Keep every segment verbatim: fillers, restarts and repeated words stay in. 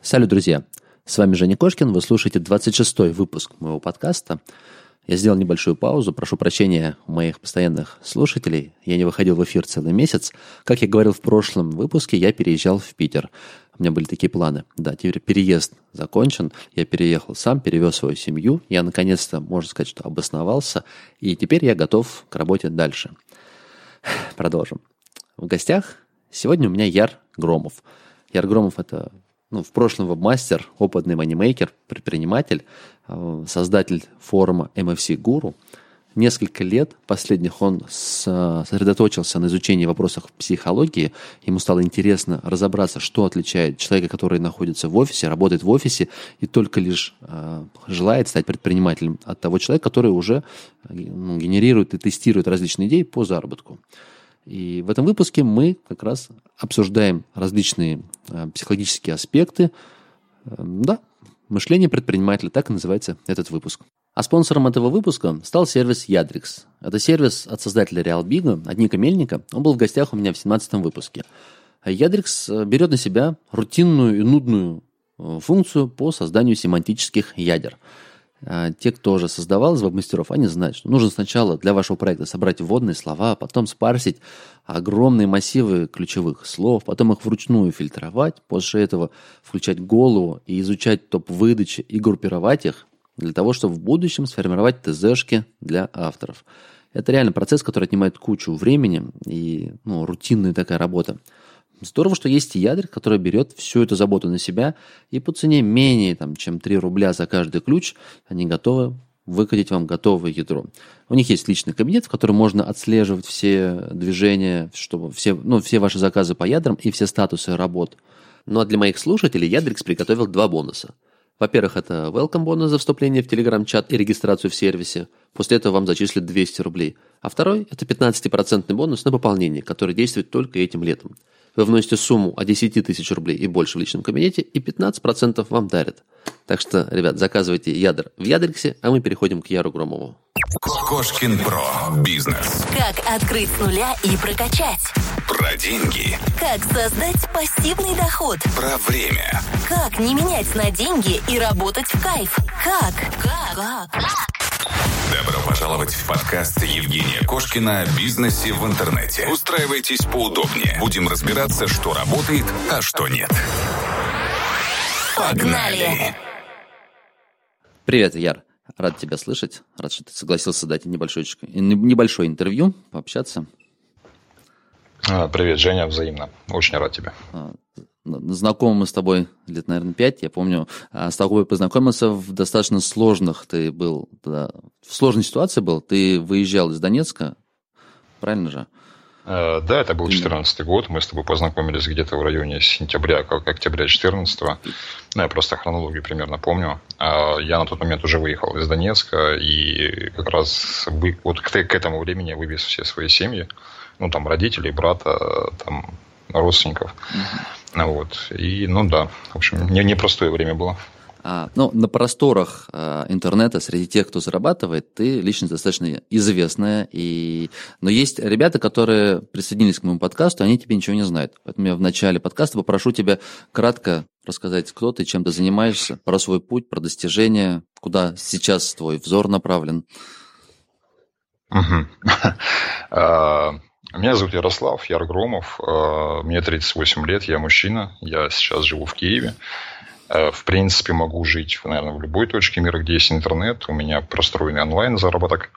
Салют, друзья! С вами Женя Кошкин, вы слушаете двадцать шестой выпуск моего подкаста. Я сделал небольшую паузу, прошу прощения у моих постоянных слушателей. Я не выходил в эфир целый месяц. Как я говорил в прошлом выпуске, я переезжал в Питер. У меня были такие планы. Да, теперь переезд закончен. Я переехал сам, перевез свою семью. Я наконец-то, можно сказать, что обосновался. И теперь я готов к работе дальше. Продолжим. В гостях сегодня у меня Яр Громов. Яр Громов – это... Ну, в прошлом вебмастер, опытный манимейкер, предприниматель, создатель форума эм эф си Guru. Несколько лет последних он сосредоточился на изучении вопросов психологии. Ему стало интересно разобраться, что отличает человека, который находится в офисе, работает в офисе и только лишь э, желает стать предпринимателем, от того человека, который уже ну, генерирует и тестирует различные идеи по заработку. И в этом выпуске мы как раз обсуждаем различные э, психологические аспекты. Э, да, мышление предпринимателя, так и называется этот выпуск. А спонсором этого выпуска стал сервис Ядрикс. Это сервис от создателя Реалбига, от Ника Мельника. Он был в гостях у меня в семнадцатом выпуске. Ядрикс берет на себя рутинную и нудную функцию по созданию семантических ядер. Те, кто уже создавал из веб-мастеров, они знают, что нужно сначала для вашего проекта собрать вводные слова, потом спарсить огромные массивы ключевых слов, потом их вручную фильтровать, после этого включать голову и изучать топ выдачи и группировать их для того, чтобы в будущем сформировать ТЗшки для авторов. Это реально процесс, который отнимает кучу времени и ну, рутинная такая работа. Здорово, что есть Ядрикс, который берет всю эту заботу на себя, и по цене менее там, чем три рубля за каждый ключ они готовы выкатить вам готовое ядро. У них есть личный кабинет, в котором можно отслеживать все движения, чтобы все, ну, все ваши заказы по ядрам и все статусы работ. Ну а для моих слушателей Ядрикс приготовил два бонуса. Во-первых, это welcome бонус за вступление в Telegram-чат и регистрацию в сервисе. После этого вам зачислят двести рублей. А второй – это пятнадцатипроцентный бонус на пополнение, который действует только этим летом. Вы вносите сумму от десять тысяч рублей и больше в личном кабинете, и пятнадцать процентов вам дарят. Так что, ребят, заказывайте ядр в Ядриксе, а мы переходим к Яру Громову. Кошкин Про. Бизнес. Как открыть с нуля и прокачать. Про деньги. Как создать пассивный доход. Про время. Как не менять на деньги и работать в кайф. Как? Как? Как? Добро пожаловать в подкаст Евгения Кошкина о бизнесе в интернете. Устраивайтесь поудобнее. Будем разбираться, что работает, а что нет. Погнали! Привет, Яр. Рад тебя слышать. Рад, что ты согласился дать небольшое, небольшое интервью, пообщаться. Привет, Женя, взаимно. Очень рад тебе. Знакомы мы с тобой лет, наверное, пять. Я помню, с тобой познакомился в достаточно сложных. Ты был да, в сложной ситуации был. Ты выезжал из Донецка, правильно же? Да, это был четырнадцатый год. Мы с тобой познакомились где-то в районе сентября, как октября четырнадцатого. Ну, я просто хронологию примерно помню. Я на тот момент уже выехал из Донецка и как раз вы, вот к, к этому времени вывез все свои семьи. Ну, там, родителей, брата, там, родственников. Uh-huh. Вот. И, ну, да, в общем, не, непростое время было. А, ну, на просторах а, интернета среди тех, кто зарабатывает, ты личность достаточно известная. И... Но есть ребята, которые присоединились к моему подкасту, они тебе ничего не знают. Поэтому я в начале подкаста попрошу тебя кратко рассказать, кто ты, чем ты занимаешься, про свой путь, про достижения, куда сейчас твой взор направлен. Меня зовут Ярослав, Яр Громов, мне тридцать восемь лет, я мужчина, я сейчас живу в Киеве. В принципе, могу жить, наверное, в любой точке мира, где есть интернет. У меня простроенный онлайн-заработок.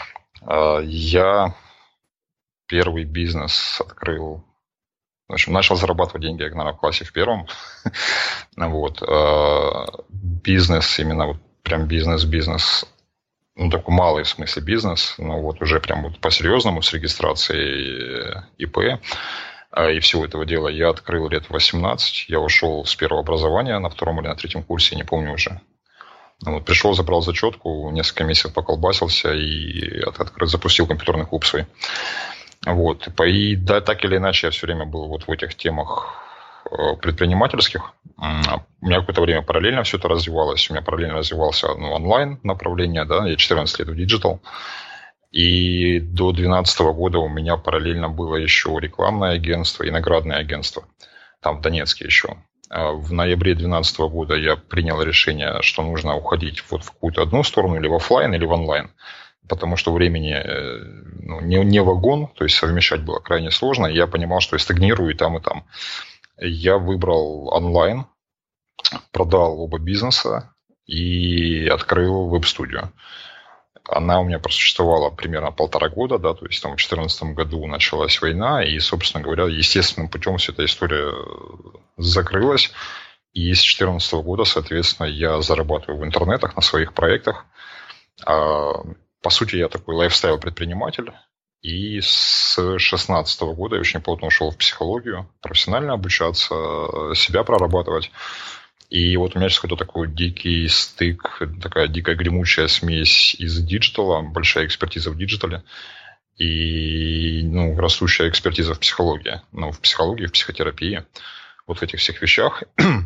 Я первый бизнес открыл, в общем, начал зарабатывать деньги, наверное, в классе в первом. Вот. Бизнес, именно вот прям бизнес-бизнес, ну, такой малый в смысле бизнес, но вот уже прям вот по-серьезному с регистрацией ИП и всего этого дела я открыл лет в восемнадцать. Я ушел с первого образования на втором или на третьем курсе, не помню уже. Вот, пришел, забрал зачетку, несколько месяцев поколбасился и открыл, запустил компьютерный клуб свой. Вот. И да, так или иначе я все время был вот в этих темах предпринимательских. У меня какое-то время параллельно все это развивалось. У меня параллельно развивался ну, онлайн направление, да, я четырнадцать лет в диджитал. И до две тысячи двенадцатого года у меня параллельно было еще рекламное агентство и наградное агентство. Там в Донецке еще. В ноябре две тысячи двенадцатого года я принял решение, что нужно уходить вот в какую-то одну сторону, или в офлайн, или в онлайн. Потому что времени ну, не, не вагон, то есть совмещать было крайне сложно. И я понимал, что я стагнирую и там, и там. Я выбрал онлайн, продал оба бизнеса и открыл веб-студию. Она у меня просуществовала примерно полтора года, да, то есть там в две тысячи четырнадцатом году началась война, и, собственно говоря, естественным путем вся эта история закрылась. И с две тысячи четырнадцатого года, соответственно, я зарабатываю в интернетах на своих проектах. По сути, я такой лайфстайл-предприниматель. И с две тысячи шестнадцатого года я очень плотно ушел в психологию, профессионально обучаться, себя прорабатывать. И вот у меня сейчас какой-то такой дикий стык, такая дикая гремучая смесь из диджитала, большая экспертиза в диджитале и ну, растущая экспертиза в психологии. Ну, в психологии, в психотерапии, вот в этих всех вещах.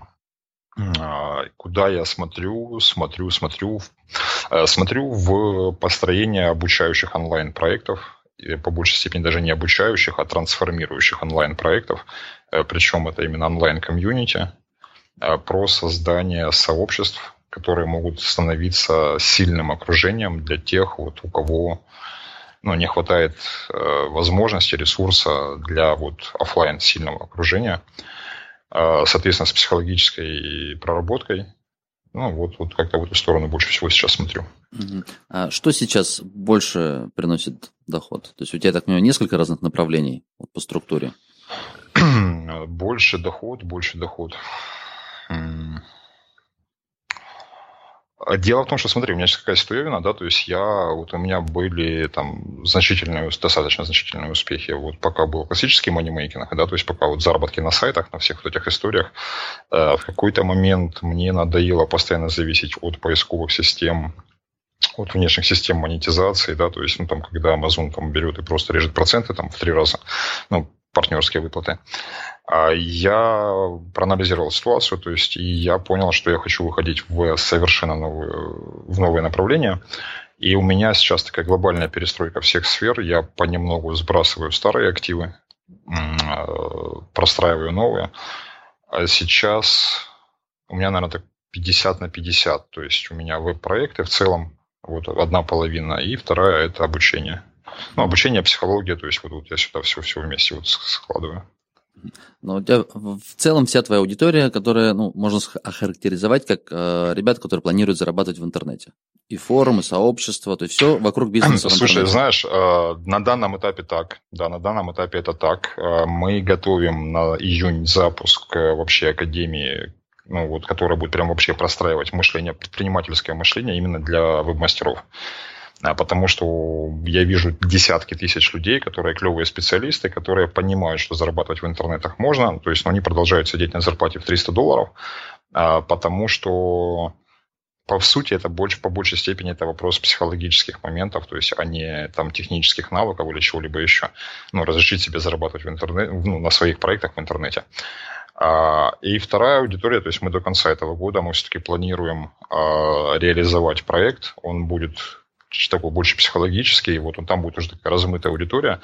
Куда я смотрю, смотрю, смотрю, смотрю в построение обучающих онлайн-проектов, по большей степени даже не обучающих, а трансформирующих онлайн-проектов, причем это именно онлайн-комьюнити, про создание сообществ, которые могут становиться сильным окружением для тех, вот, у кого ну, не хватает э, возможности, ресурса для вот, офлайн сильного окружения, э, соответственно, с психологической проработкой. Ну, вот, вот как-то в эту сторону больше всего сейчас смотрю. Uh-huh. А что сейчас больше приносит доход? То есть у тебя, я так понимаю, несколько разных направлений вот, по структуре? Больше доход, больше доход. Дело в том, что, смотри, у меня сейчас какая ситуация, да, то есть я, вот у меня были там значительные, достаточно значительные успехи, вот пока был классический манимейкинг, да, то есть пока вот заработки на сайтах, на всех вот этих историях, э, в какой-то момент мне надоело постоянно зависеть от поисковых систем, от внешних систем монетизации, да, то есть, ну, там, когда Amazon там берет и просто режет проценты там в три раза, ну, партнерские выплаты. Я проанализировал ситуацию, то есть, и я понял, что я хочу выходить в совершенно новую, в новое направление. И у меня сейчас такая глобальная перестройка всех сфер. Я понемногу сбрасываю старые активы, простраиваю новые. А сейчас у меня, наверное, так пятьдесят на пятьдесят. То есть у меня веб-проекты в целом, вот одна половина, и вторая – это обучение. Ну, обучение, психология, то есть вот, вот я сюда все, все вместе вот складываю. Но у тебя в целом вся твоя аудитория, которая, ну, можно охарактеризовать как э, ребята, которые планируют зарабатывать в интернете. И форумы, и сообщества, то есть все вокруг бизнеса. Слушай, знаешь, э, на данном этапе так, да, на данном этапе это так. Э, мы готовим на июнь запуск э, вообще академии, ну, вот, которая будет прям вообще простраивать мышление, предпринимательское мышление именно для веб-мастеров. Потому что я вижу десятки тысяч людей, которые клевые специалисты, которые понимают, что зарабатывать в интернетах можно. То есть ну, они продолжают сидеть на зарплате в триста долларов, потому что, по сути, это больше, по большей степени это вопрос психологических моментов, то есть а не там, технических навыков или чего-либо еще. Ну, разрешить себе зарабатывать в интернете, ну, на своих проектах в интернете. И вторая аудитория, то есть мы до конца этого года мы все-таки планируем реализовать проект. Он будет такой больше психологический, вот он там будет уже такая размытая аудитория,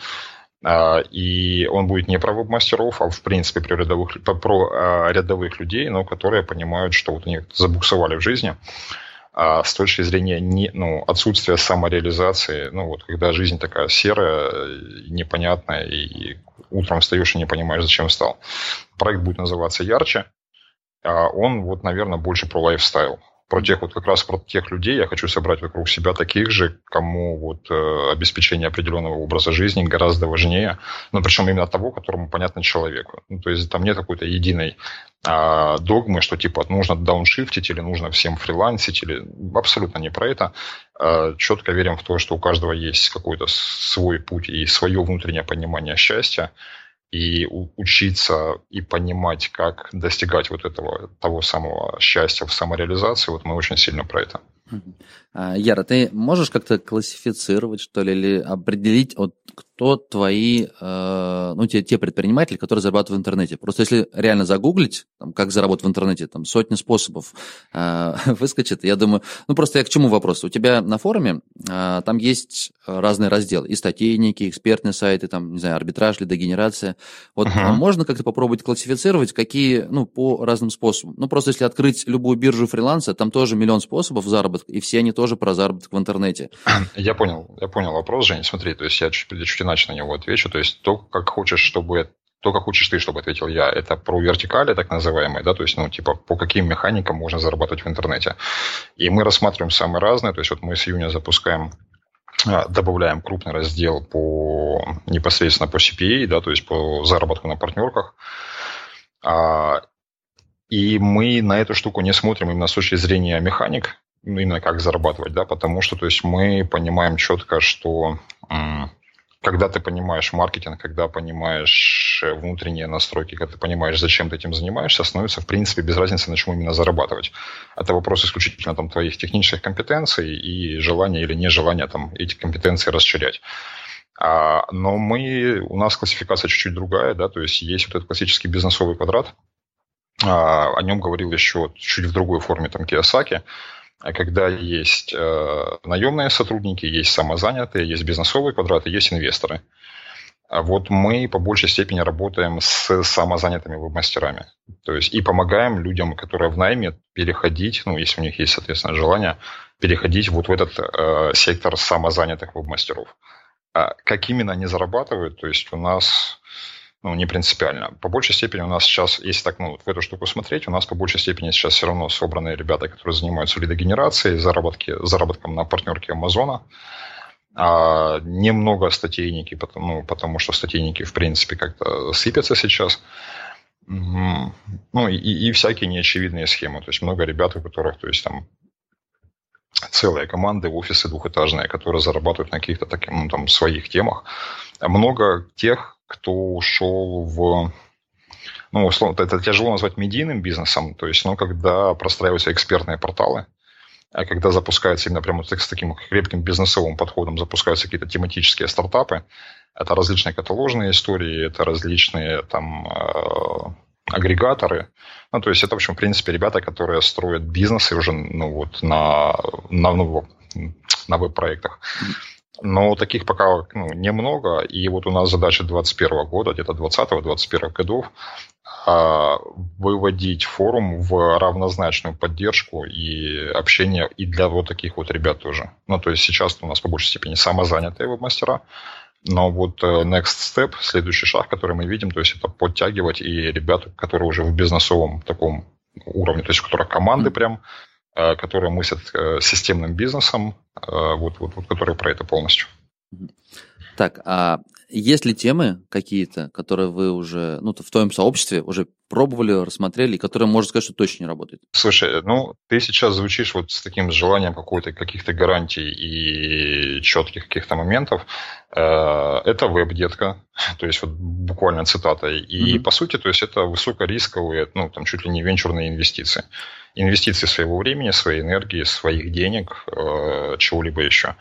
и он будет не про веб-мастеров, а в принципе про рядовых, про рядовых людей, но которые понимают, что вот они забуксовали в жизни с точки зрения не, ну, отсутствия самореализации, ну вот когда жизнь такая серая, непонятная, и утром встаешь и не понимаешь, зачем встал. Проект будет называться «Ярче», а он вот, наверное, больше про лайфстайл. Про тех вот как раз про тех людей я хочу собрать вокруг себя таких же, кому вот э, обеспечение определенного образа жизни гораздо важнее, но причем именно того, которому понятно человеку. Ну, то есть там нет какой-то единой э, догмы, что типа нужно дауншифтить или нужно всем фрилансить, или абсолютно не про это. Э, четко верим в то, что у каждого есть какой-то свой путь и свое внутреннее понимание счастья. И учиться и понимать, как достигать вот этого того самого счастья в самореализации, вот мы очень сильно про это. Яра, ты можешь как-то классифицировать, что ли, или определить, вот, кто твои, э, ну, те, те предприниматели, которые зарабатывают в интернете. Просто если реально загуглить, там, как заработать в интернете, там сотни способов э, выскочит. Я думаю, ну, просто я к чему вопрос? У тебя на форуме э, там есть разные разделы, и статейники, экспертные сайты, там, не знаю, арбитраж, лидогенерация. Вот uh-huh. можно как-то попробовать классифицировать, какие, ну, по разным способам. Ну, просто если открыть любую биржу фриланса, там тоже миллион способов заработка, и все они тоже про заработок в интернете. Я понял, я понял вопрос, Жень. Смотри, то есть я чуть, чуть иначе на него отвечу. То есть то, как хочешь, чтобы... То, как хочешь ты, чтобы ответил я, это про вертикали, так называемые, да, то есть, ну, типа, по каким механикам можно зарабатывать в интернете. И мы рассматриваем самые разные, то есть, вот мы с июня запускаем, добавляем крупный раздел по непосредственно по си пи эй, да, то есть по заработку на партнерках. И мы на эту штуку не смотрим именно с точки зрения механик, именно как зарабатывать, да, потому что, то есть, мы понимаем четко, что когда ты понимаешь маркетинг, когда понимаешь внутренние настройки, когда ты понимаешь, зачем ты этим занимаешься, становится, в принципе, без разницы, на чем именно зарабатывать. Это вопрос исключительно там, твоих технических компетенций и желания или нежелания там, эти компетенции расширять. А, но мы, у нас классификация чуть-чуть другая, да, то есть есть вот этот классический бизнесовый квадрат, а, о нем говорил еще чуть в другой форме там Кийосаки. Когда есть э, наемные сотрудники, есть самозанятые, есть бизнесовые квадраты, есть инвесторы. А вот мы по большей степени работаем с самозанятыми веб-мастерами. То есть и помогаем людям, которые в найме, переходить, ну, если у них есть, соответственно, желание, переходить вот в этот э, сектор самозанятых веб-мастеров. А как именно они зарабатывают, то есть у нас... Ну, не принципиально. По большей степени у нас сейчас, если так, ну, в эту штуку смотреть, у нас по большей степени сейчас все равно собраны ребята, которые занимаются лидогенерацией, заработки, заработком на партнерке Амазона. А немного статейники, потому, ну, потому что статейники, в принципе, как-то сыпятся сейчас. Ну, и, и всякие неочевидные схемы. То есть много ребят, у которых, то есть там целые команды, офисы двухэтажные, которые зарабатывают на каких-то таких, ну, там, своих темах. Много тех, кто ушел в, ну, условно, это тяжело назвать медийным бизнесом, то есть, ну, когда простраиваются экспертные порталы, а когда запускаются именно прямо с таким крепким бизнесовым подходом, запускаются какие-то тематические стартапы, это различные каталожные истории, это различные там агрегаторы, ну, то есть, это, в общем, в принципе, ребята, которые строят бизнесы уже, ну, вот, на, на, ну, на веб-проектах. Но таких пока, ну, немного, и вот у нас задача двадцать первого года, где-то двадцатого-двадцать первого годов, выводить форум в равнозначную поддержку и общение и для вот таких вот ребят тоже. Ну, то есть сейчас у нас по большей степени самозанятые веб-мастера, но вот next step, следующий шаг, который мы видим, то есть это подтягивать и ребят, которые уже в бизнесовом таком уровне, то есть у которых команды прям, которые мыслят системным бизнесом, вот, вот, вот, которые про это полностью. Так, а есть ли темы какие-то, которые вы уже, ну, в твоем сообществе уже пробовали, рассмотрели, и которые, можно сказать, что точно не работают? Слушай, ну, ты сейчас звучишь вот с таким желанием какой-то, каких-то гарантий и четких каких-то моментов. Это веб-детка, то есть вот буквально цитата. И, mm-hmm. по сути, то есть это высокорисковые, ну, там, чуть ли не венчурные инвестиции. Инвестиции своего времени, своей энергии, своих денег, чего-либо еще.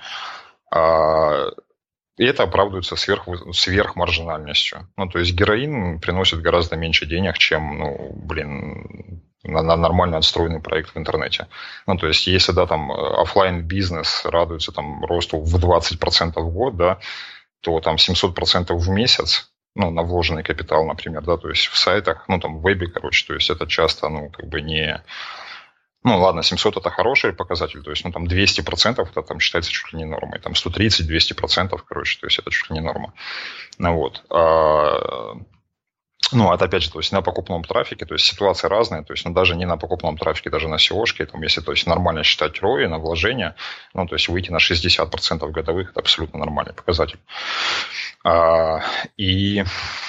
И это оправдывается сверх, сверхмаржинальностью. Ну, то есть героин приносит гораздо меньше денег, чем, ну, блин, на, на нормально отстроенный проект в интернете. Ну, то есть если, да, там офлайн-бизнес радуется там росту в двадцать процентов в год, да, то там семьсот процентов в месяц, ну, на вложенный капитал, например, да, то есть в сайтах, ну, там в вебе, короче, то есть это часто, ну, как бы не... Ну, ладно, семьсот это хороший показатель, то есть, ну, там двести процентов это там считается чуть ли не нормой, там сто тридцать - двести процентов, короче, то есть это чуть ли не норма. Ну, вот. А, ну, это опять же, то есть на покупном трафике, то есть ситуация разная, то есть, ну, даже не на покупном трафике, даже на сеошке, там, если, то есть, нормально считать рой на вложение, ну, то есть выйти на шестьдесят процентов годовых, это абсолютно нормальный показатель. А, и...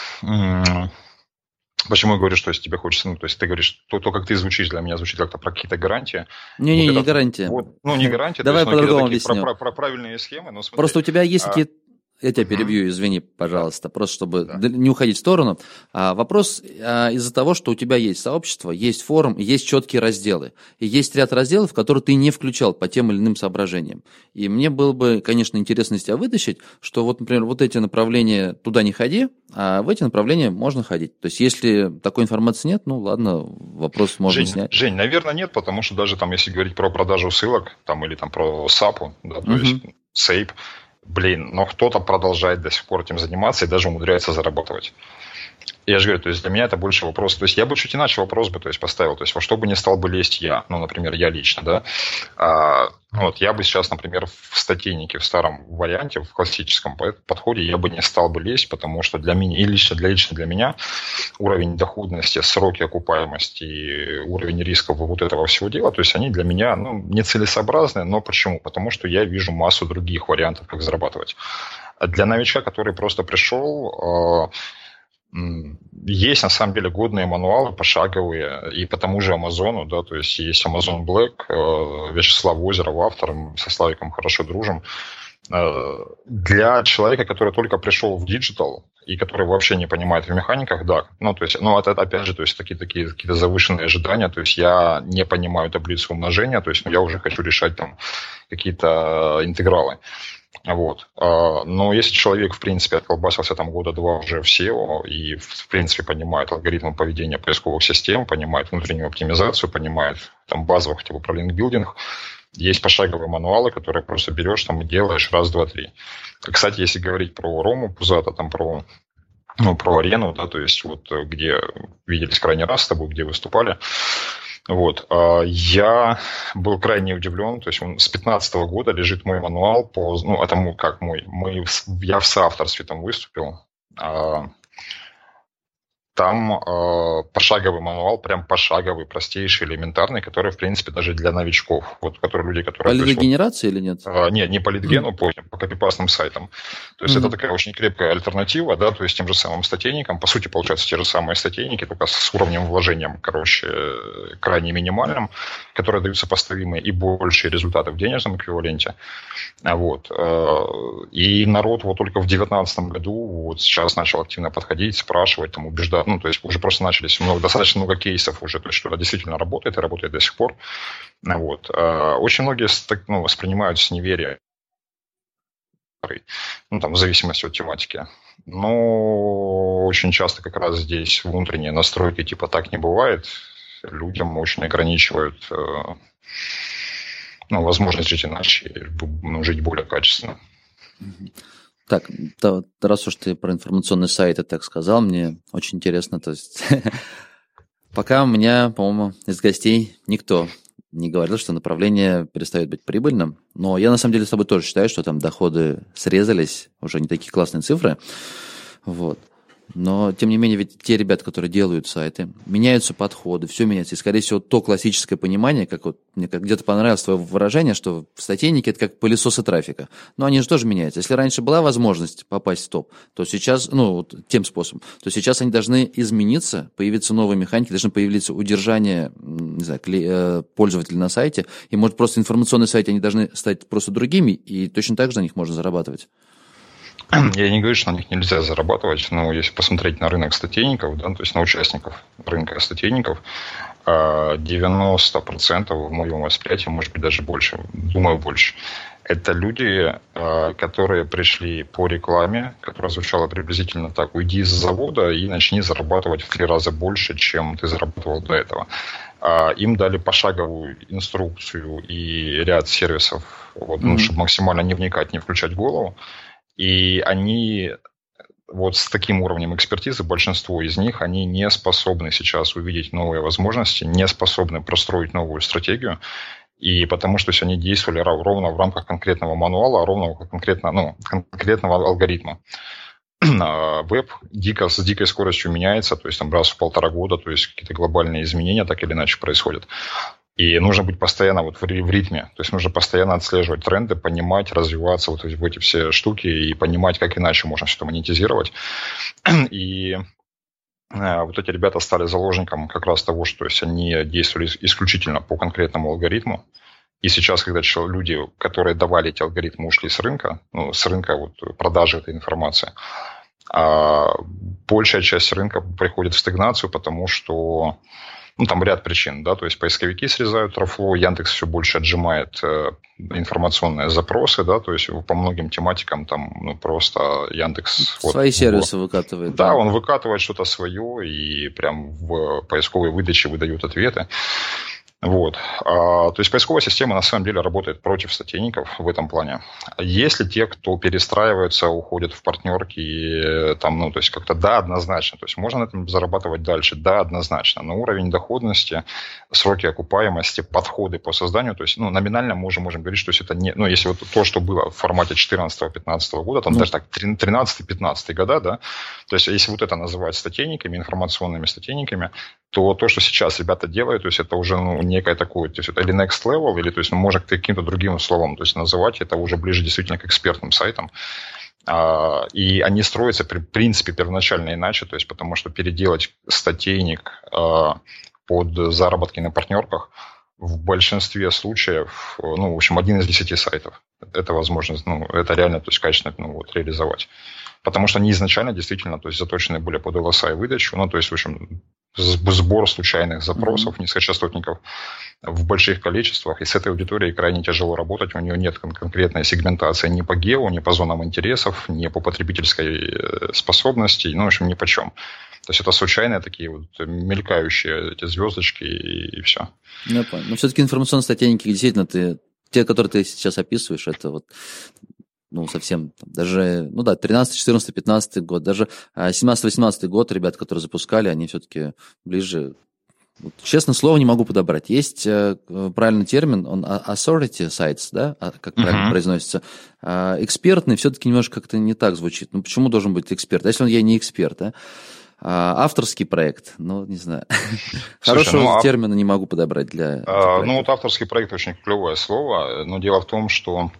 Почему я говорю, что если тебе хочется, ну, то есть ты говоришь, то, то как ты звучишь, для меня звучит как-то про какие-то гарантии. Не-не, вот не гарантия. Вот, ну, не гарантия, Давай то есть, по-другому ну, объясню. про, про, про правильные схемы. Но смотри, просто у тебя есть а... такие Я тебя перебью, извини, пожалуйста, просто чтобы да. не уходить в сторону. А, вопрос а, из-за того, что у тебя есть сообщество, есть форум, есть четкие разделы. И есть ряд разделов, которые ты не включал по тем или иным соображениям. И мне было бы, конечно, интересно из тебя вытащить, что вот, например, вот эти направления туда не ходи, а в эти направления можно ходить. То есть если такой информации нет, ну ладно, вопрос можно Жень, снять. Жень, наверное, нет, потому что даже там, если говорить про продажу ссылок, там, или там про сапу, да, то uh-huh. есть сейп, блин, но кто-то продолжает до сих пор этим заниматься и даже умудряется зарабатывать. Я же говорю, то есть для меня это больше вопрос, то есть я бы чуть иначе вопрос бы то есть, поставил, то есть во что бы не стал бы лезть я, ну, например, я лично, да, а, вот я бы сейчас, например, в статейнике, в старом варианте, в классическом подходе я бы не стал бы лезть, потому что для меня, и лично для, лично для меня уровень доходности, сроки окупаемости, уровень рисков вот этого всего дела, то есть они для меня, ну, нецелесообразны, но почему? Потому что я вижу массу других вариантов, как зарабатывать. А для новичка, который просто пришел, есть, на самом деле, годные мануалы пошаговые и по тому же Амазону, да, то есть есть Amazon Black, Вячеслав Озеров, автор, со Славиком хорошо дружим. Для человека, который только пришел в диджитал и который вообще не понимает в механиках, да, ну, то есть, ну, это, опять же, то есть такие, такие какие-то завышенные ожидания, то есть я не понимаю таблицу умножения, то есть ну, я уже хочу решать там какие-то интегралы. Вот. Но если человек, в принципе, отколбасился там года два уже в сео и, в принципе, понимает алгоритмы поведения поисковых систем, понимает внутреннюю оптимизацию, понимает там базовый хотя бы про линкбилдинг, есть пошаговые мануалы, которые просто берешь там и делаешь раз, два, три. Кстати, если говорить про Рому Пузата, там про, ну, про арену, да, то есть вот где виделись крайний раз с тобой, где выступали, вот. Я был крайне удивлен, то есть он с пятнадцатого года лежит мой мануал по, ну, это мой, как мой, мы, я в соавторстве там выступил, там э, пошаговый мануал, прям пошаговый, простейший, элементарный, который, в принципе, даже для новичков, вот, которые люди, которые... По лидогенерации или нет? Э, нет, не по лидгену, mm-hmm. по, по копипастным сайтам. То есть mm-hmm. это такая очень крепкая альтернатива, да, то есть тем же самым статейникам, по сути, получаются те же самые статейники, только с уровнем вложения, короче, крайне минимальным, которые дают сопоставимые и большие результаты в денежном эквиваленте. Вот. И народ вот только в две тысячи девятнадцатом году вот сейчас начал активно подходить, спрашивать, там, убеждать. Ну, то есть уже просто начались много, достаточно много кейсов уже, то есть что это действительно работает и работает до сих пор. Вот. Очень многие ну, воспринимают с неверием, ну, там, в зависимости от тематики. Но очень часто как раз здесь внутренние настройки типа так не бывает. Людям очень ограничивают ну, возможность жить иначе, ну, жить более качественно. Так, то, раз уж ты про информационные сайты так сказал, мне очень интересно. То есть пока у меня, по-моему, из гостей никто не говорил, что направление перестает быть прибыльным. Но я на самом деле с тобой тоже считаю, что там доходы срезались, уже не такие классные цифры. Вот. Но, тем не менее, ведь те ребята, которые делают сайты, меняются подходы, все меняется. И, скорее всего, то классическое понимание, как вот мне как где-то понравилось твое выражение, что в статейнике это как пылесосы трафика. Но они же тоже меняются. Если раньше была возможность попасть в топ, то сейчас, ну, вот тем способом, то сейчас они должны измениться, появиться новые механики, должны появиться удержание, не знаю, пользователей на сайте. И, может, просто информационные сайты, они должны стать просто другими, и точно так же на них можно зарабатывать. Я не говорю, что на них нельзя зарабатывать, но если посмотреть на рынок статейников, да, то есть на участников рынка статейников, девяносто процентов в моем восприятии, может быть, даже больше, думаю, больше, это люди, которые пришли по рекламе, которая звучала приблизительно так: уйди из завода и начни зарабатывать в три раза больше, чем ты зарабатывал до этого. Им дали пошаговую инструкцию и ряд сервисов, вот, mm-hmm. ну, чтобы максимально не вникать, не включать голову. И они вот с таким уровнем экспертизы, большинство из них, они не способны сейчас увидеть новые возможности, не способны простроить новую стратегию. И потому что они действовали ровно в рамках конкретного мануала, ровно конкретно, ну, конкретного алгоритма. Веб дико, с дикой скоростью меняется, то есть там раз в полтора года, то есть какие-то глобальные изменения так или иначе происходят. И нужно быть постоянно вот в ритме, то есть нужно постоянно отслеживать тренды, понимать, развиваться вот в эти все штуки и понимать, как иначе можно все это монетизировать. И вот эти ребята стали заложником как раз того, что есть они действовали исключительно по конкретному алгоритму. И сейчас, когда люди, которые давали эти алгоритмы, ушли с рынка, ну, с рынка вот, продажи этой информации, а большая часть рынка приходит в стагнацию, потому что ну, там ряд причин, да, то есть поисковики срезают трафлоу, Яндекс все больше отжимает э, информационные запросы, да, то есть по многим тематикам там ну, просто Яндекс... Свои вот, сервисы его, выкатывает. Да, да, он выкатывает что-то свое и прям в поисковой выдаче выдает ответы. Вот. А, то есть поисковая система на самом деле работает против статейников в этом плане. Если те, кто перестраиваются, уходят в партнерки, и, там, ну, то есть как-то да, однозначно. То есть можно на этом зарабатывать дальше, да, однозначно. Но уровень доходности, сроки окупаемости, подходы по созданию, то есть ну, номинально мы уже можем говорить, что это не... Ну, если вот то, что было в формате четырнадцатого-пятнадцатого года, там ну. даже так тринадцатый-пятнадцатый года, да, то есть если вот это называть статейниками, информационными статейниками, то то, что сейчас ребята делают, то есть это уже ну, некое такое, то есть это или next level, или то есть, ну, можно каким-то другим словом то есть, называть, это уже ближе действительно к экспертным сайтам. А, и они строятся, при принципе, первоначально иначе, то есть, потому что переделать статейник а, под заработки на партнерках в большинстве случаев, ну, в общем, один из десяти сайтов. Это возможно, ну, это реально, то есть, качественно ну, вот, реализовать. Потому что они изначально действительно, то есть, заточены были под эл эс ай выдачу, ну, то есть, в общем, сбор случайных запросов, mm-hmm. низкочастотников в больших количествах, и с этой аудиторией крайне тяжело работать, у нее нет кон- конкретной сегментации ни по гео, ни по зонам интересов, ни по потребительской способности, ну, в общем, ни по чем. То есть это случайные такие вот мелькающие эти звездочки и, и все. Я понял. Но все-таки информационные статейники, действительно, ты, те, которые ты сейчас описываешь, это вот ну, совсем, даже, ну да, тринадцатый, четырнадцатый, пятнадцатый год, даже семнадцатый, восемнадцатый год ребят, которые запускали, они все-таки ближе, вот, честно, слово не могу подобрать. Есть э, правильный термин, он authority sites, да, как правильно uh-huh. произносится. А, экспертный все-таки немножко как-то не так звучит. Ну, почему должен быть эксперт? А если он я не эксперт, да? А, авторский проект, ну, не знаю. Слушай, Хорошего ну, термина не могу подобрать для... А, ну, вот авторский проект очень клевое слово, но дело в том, что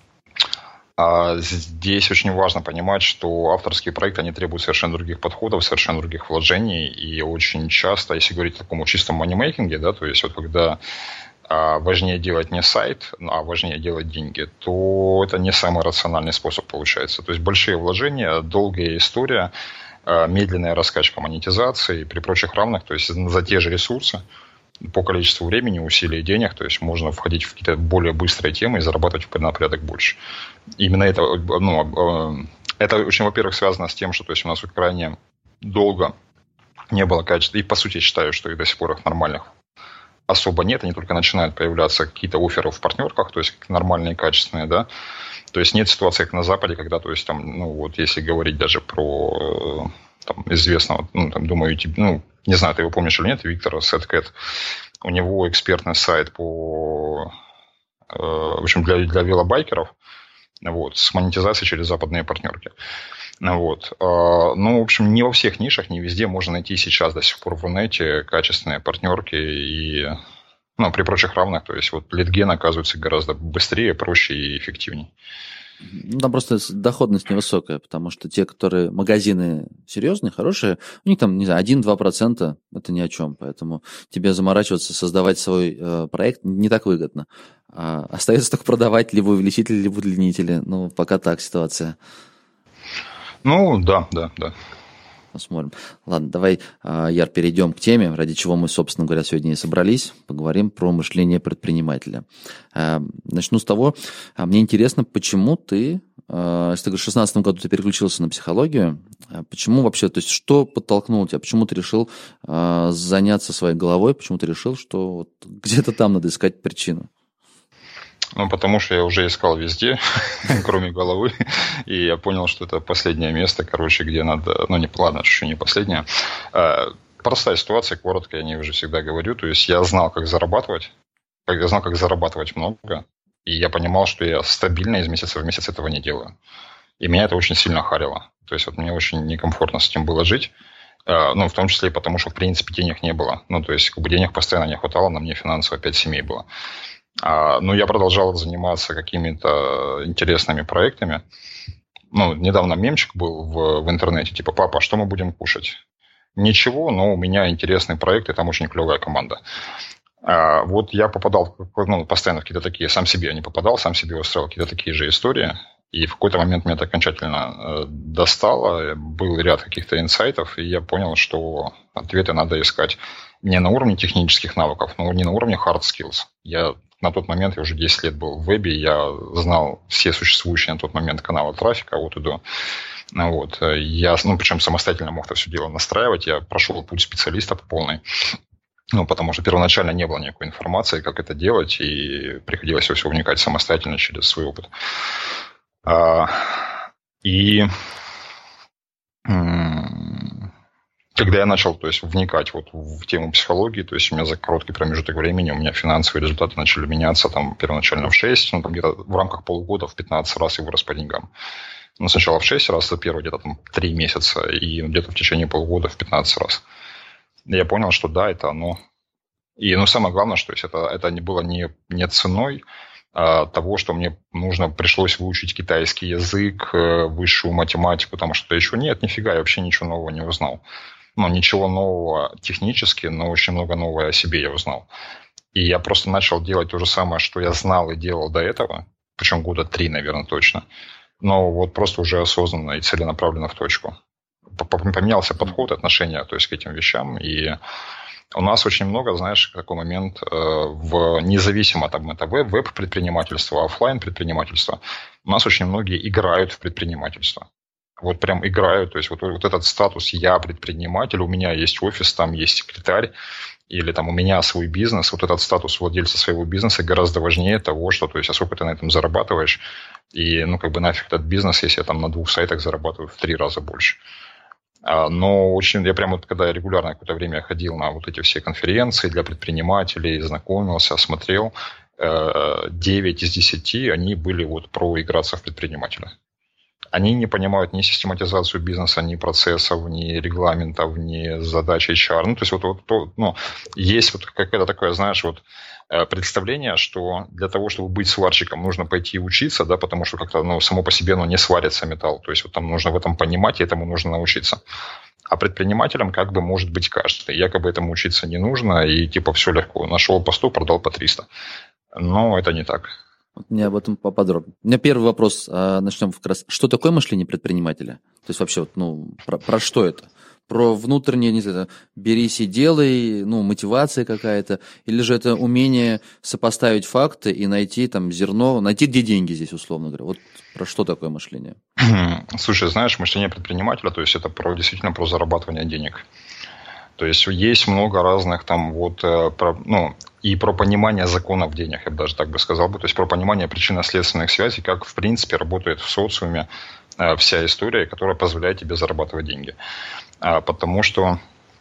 А здесь очень важно понимать, что авторские проекты, они требуют совершенно других подходов, совершенно других вложений, и очень часто, если говорить о таком чистом манимейкинге, да, то есть вот когда а, важнее делать не сайт, а важнее делать деньги, то это не самый рациональный способ получается. То есть большие вложения, долгая история, а, медленная раскачка монетизации при прочих равных, то есть за те же ресурсы, по количеству времени, усилий и денег, то есть можно входить в какие-то более быстрые темы и зарабатывать на порядок больше. Именно это, ну, это очень, во-первых, связано с тем, что то есть у нас крайне долго не было качества, и по сути считаю, что и до сих пор их нормальных особо нет, они только начинают появляться какие-то офферы в партнерках, то есть нормальные и качественные, да. То есть нет ситуации, как на Западе, когда, то есть там, ну вот если говорить даже про там, известного, ну, там, думаю, ну, не знаю, ты его помнишь или нет, Виктора Сеткэт, у него экспертный сайт по, э, в общем, для, для велобайкеров, вот, с монетизацией через западные партнерки. Вот. Ну, в общем, не во всех нишах, не везде можно найти сейчас до сих пор в Рунете качественные партнерки и, ну, при прочих равных, то есть вот лидген оказывается гораздо быстрее, проще и эффективнее. Ну, там просто доходность невысокая, потому что те, которые магазины серьезные, хорошие, у них там, не знаю, один-два процента, это ни о чем, поэтому тебе заморачиваться, создавать свой э, проект не так выгодно. А остается только продавать либо увеличители, либо удлинители. Ну, пока так ситуация. Ну, да, да, да. Посмотрим. Ладно, давай, Яр, перейдем к теме, ради чего мы, собственно говоря, сегодня и собрались. Поговорим про мышление предпринимателя. Начну с того, мне интересно, почему ты, если ты говоришь, в шестнадцатом году ты переключился на психологию, почему вообще, то есть что подтолкнуло тебя, почему ты решил заняться своей головой, почему ты решил, что вот где-то там надо искать причину? Ну, потому что я уже искал везде, кроме головы, и я понял, что это последнее место, короче, где надо... Ну, не, ладно, еще не последнее. Простая ситуация, коротко, я не уже всегда говорю. То есть я знал, как зарабатывать, я знал, как зарабатывать много, и я понимал, что я стабильно из месяца в месяц этого не делаю. И меня это очень сильно харило. То есть вот мне очень некомфортно с этим было жить. Ну, в том числе и потому, что, в принципе, денег не было. Ну, то есть как бы денег постоянно не хватало, на мне финансово пять семей было. А, ну, я продолжал заниматься какими-то интересными проектами. Ну, недавно мемчик был в, в интернете, типа, папа, что мы будем кушать? Ничего, но у меня интересный проект, и там очень клевая команда. А, вот я попадал, ну, постоянно в какие-то такие, сам себе не попадал, сам себе устраивал какие-то такие же истории. И в какой-то момент меня это окончательно э, достало. Был ряд каких-то инсайтов, и я понял, что ответы надо искать не на уровне технических навыков, но не на уровне hard skills. Я на тот момент, я уже десять лет был в вебе, я знал все существующие на тот момент каналы трафика от и до. Вот. Я, ну, причем самостоятельно мог это все дело настраивать. Я прошел путь специалиста по полной. Ну, потому что первоначально не было никакой информации, как это делать, и приходилось все вникать самостоятельно через свой опыт. И когда я начал, то есть, вникать вот в тему психологии, то есть у меня за короткий промежуток времени у меня финансовые результаты начали меняться там первоначально в шесть, ну, там где-то в рамках полугода в пятнадцать раз я вырос по деньгам. Ну, сначала в шесть раз, за первые где-то там три месяца, и где-то в течение полугода в пятнадцать раз. И я понял, что да, это оно. И, ну, самое главное, что есть, это, это не было не, не ценой а, того, что мне нужно, пришлось выучить китайский язык, высшую математику, потому что еще нет, нифига, я вообще ничего нового не узнал. Ну, ничего нового технически, но очень много нового о себе я узнал. И я просто начал делать то же самое, что я знал и делал до этого, причем года три, наверное, точно. Но вот просто уже осознанно и целенаправленно в точку. Поменялся подход, отношение, то есть, к этим вещам. И у нас очень много, знаешь, такой момент, в независимо, там, это веб, веб-предпринимательство, офлайн-предпринимательство, у нас очень многие играют в предпринимательство. Вот прям играют, то есть вот, вот этот статус «я предприниматель», у меня есть офис, там есть секретарь, или там у меня свой бизнес, вот этот статус владельца своего бизнеса гораздо важнее того, что, то есть, а сколько ты на этом зарабатываешь, и, ну, как бы нафиг этот бизнес, если я там на двух сайтах зарабатываю в три раза больше. Но очень, я прямо вот, когда я регулярно какое-то время ходил на вот эти все конференции для предпринимателей, знакомился, смотрел, девять из десяти они были вот про играться в предпринимателя. Они не понимают ни систематизацию бизнеса, ни процессов, ни регламентов, ни задач эйч ар. Ну, то есть вот, вот то, ну, есть вот какое-то такое, знаешь, вот представление, что для того, чтобы быть сварщиком, нужно пойти учиться, да, потому что как-то, ну, само по себе, ну, не сварится металл. То есть вот там нужно в этом понимать, и этому нужно научиться. А предпринимателям как бы может быть каждый. Якобы этому учиться не нужно, и типа все легко. Нашел по сто, продал по триста. Но это не так. Вот мне об этом поподробнее. У меня первый вопрос. А, начнем как раз. Что такое мышление предпринимателя? То есть вообще, вот, ну, про, про что это? Про внутреннее, не знаю, берись и делай, ну, мотивация какая-то, или же это умение сопоставить факты и найти там зерно, найти где деньги здесь, условно говоря. Вот про что такое мышление? Слушай, знаешь, мышление предпринимателя, то есть это про, действительно про зарабатывание денег. То есть есть много разных там вот, про, ну, и про понимание законов денег, я бы даже так бы сказал бы, то есть про понимание причинно-следственных связей, как в принципе работает в социуме вся история, которая позволяет тебе зарабатывать деньги. Потому что,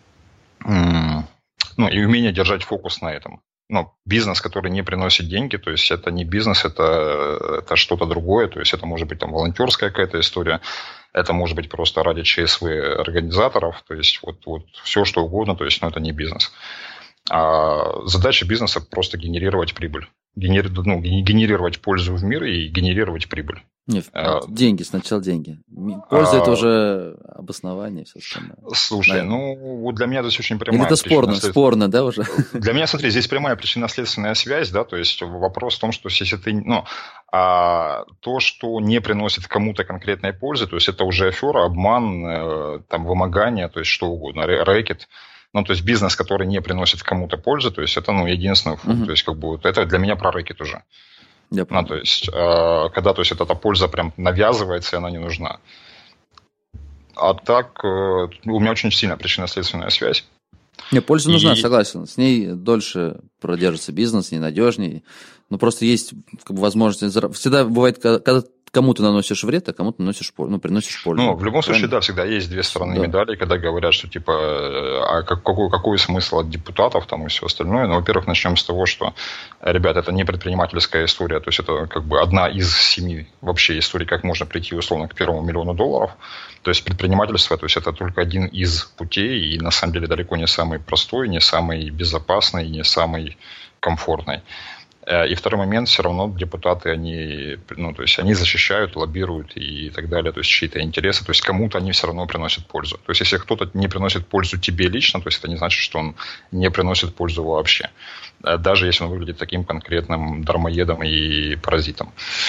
ну, и умение держать фокус на этом. Ну, бизнес, который не приносит деньги, то есть это не бизнес, это, это что-то другое, то есть это может быть там волонтерская какая-то история, это может быть просто ради ЧСВ организаторов, то есть вот, вот все что угодно, то есть, ну, это не бизнес. А задача бизнеса просто генерировать прибыль. Генери, ну, генерировать пользу в мир и генерировать прибыль. Нет, а, деньги, сначала деньги. Польза а, это уже обоснование, все остальное. Слушай, да. ну вот для меня здесь очень прямая. Или это спорно, спорно, да, уже? Для меня, смотри, здесь прямая причинно-следственная связь, да, то есть вопрос в том, что если ты, ну, а то, что не приносит кому-то конкретной пользы, то есть это уже афера, обман, там, вымогание, то есть что угодно, рэкет. Ну, то есть бизнес, который не приносит кому-то пользы, то есть это, ну, единственный фунт, uh-huh. то есть как бы вот это для меня про рэкет уже. Я ну, то есть, э, когда, то есть, эта польза прям навязывается, и она не нужна. А так, э, у меня очень сильная причинно-следственная связь. Не, польза нужна, и... согласен. С ней дольше продержится бизнес, ненадежнее. Но просто есть как бы, возможность... Всегда бывает, когда кому-то наносишь вред, а кому-то наносишь пользу, ну, приносишь пользу. Ну, в любом случае, да, всегда есть две стороны да. медали, когда говорят, что, типа, а какой, какой смысл от депутатов там и все остальное. Ну, во-первых, начнем с того, что, ребята, это не предпринимательская история, то есть это как бы одна из семи вообще историй, как можно прийти, условно, к первому миллиону долларов. То есть предпринимательство, то есть это только один из путей, и на самом деле далеко не самый простой, не самый безопасный, не самый комфортный. И второй момент, все равно депутаты, они, ну, то есть они защищают, лоббируют и так далее, то есть чьи-то интересы, то есть кому-то они все равно приносят пользу. То есть если кто-то не приносит пользу тебе лично, то есть это не значит, что он не приносит пользу вообще, даже если он выглядит таким конкретным дармоедом и паразитом.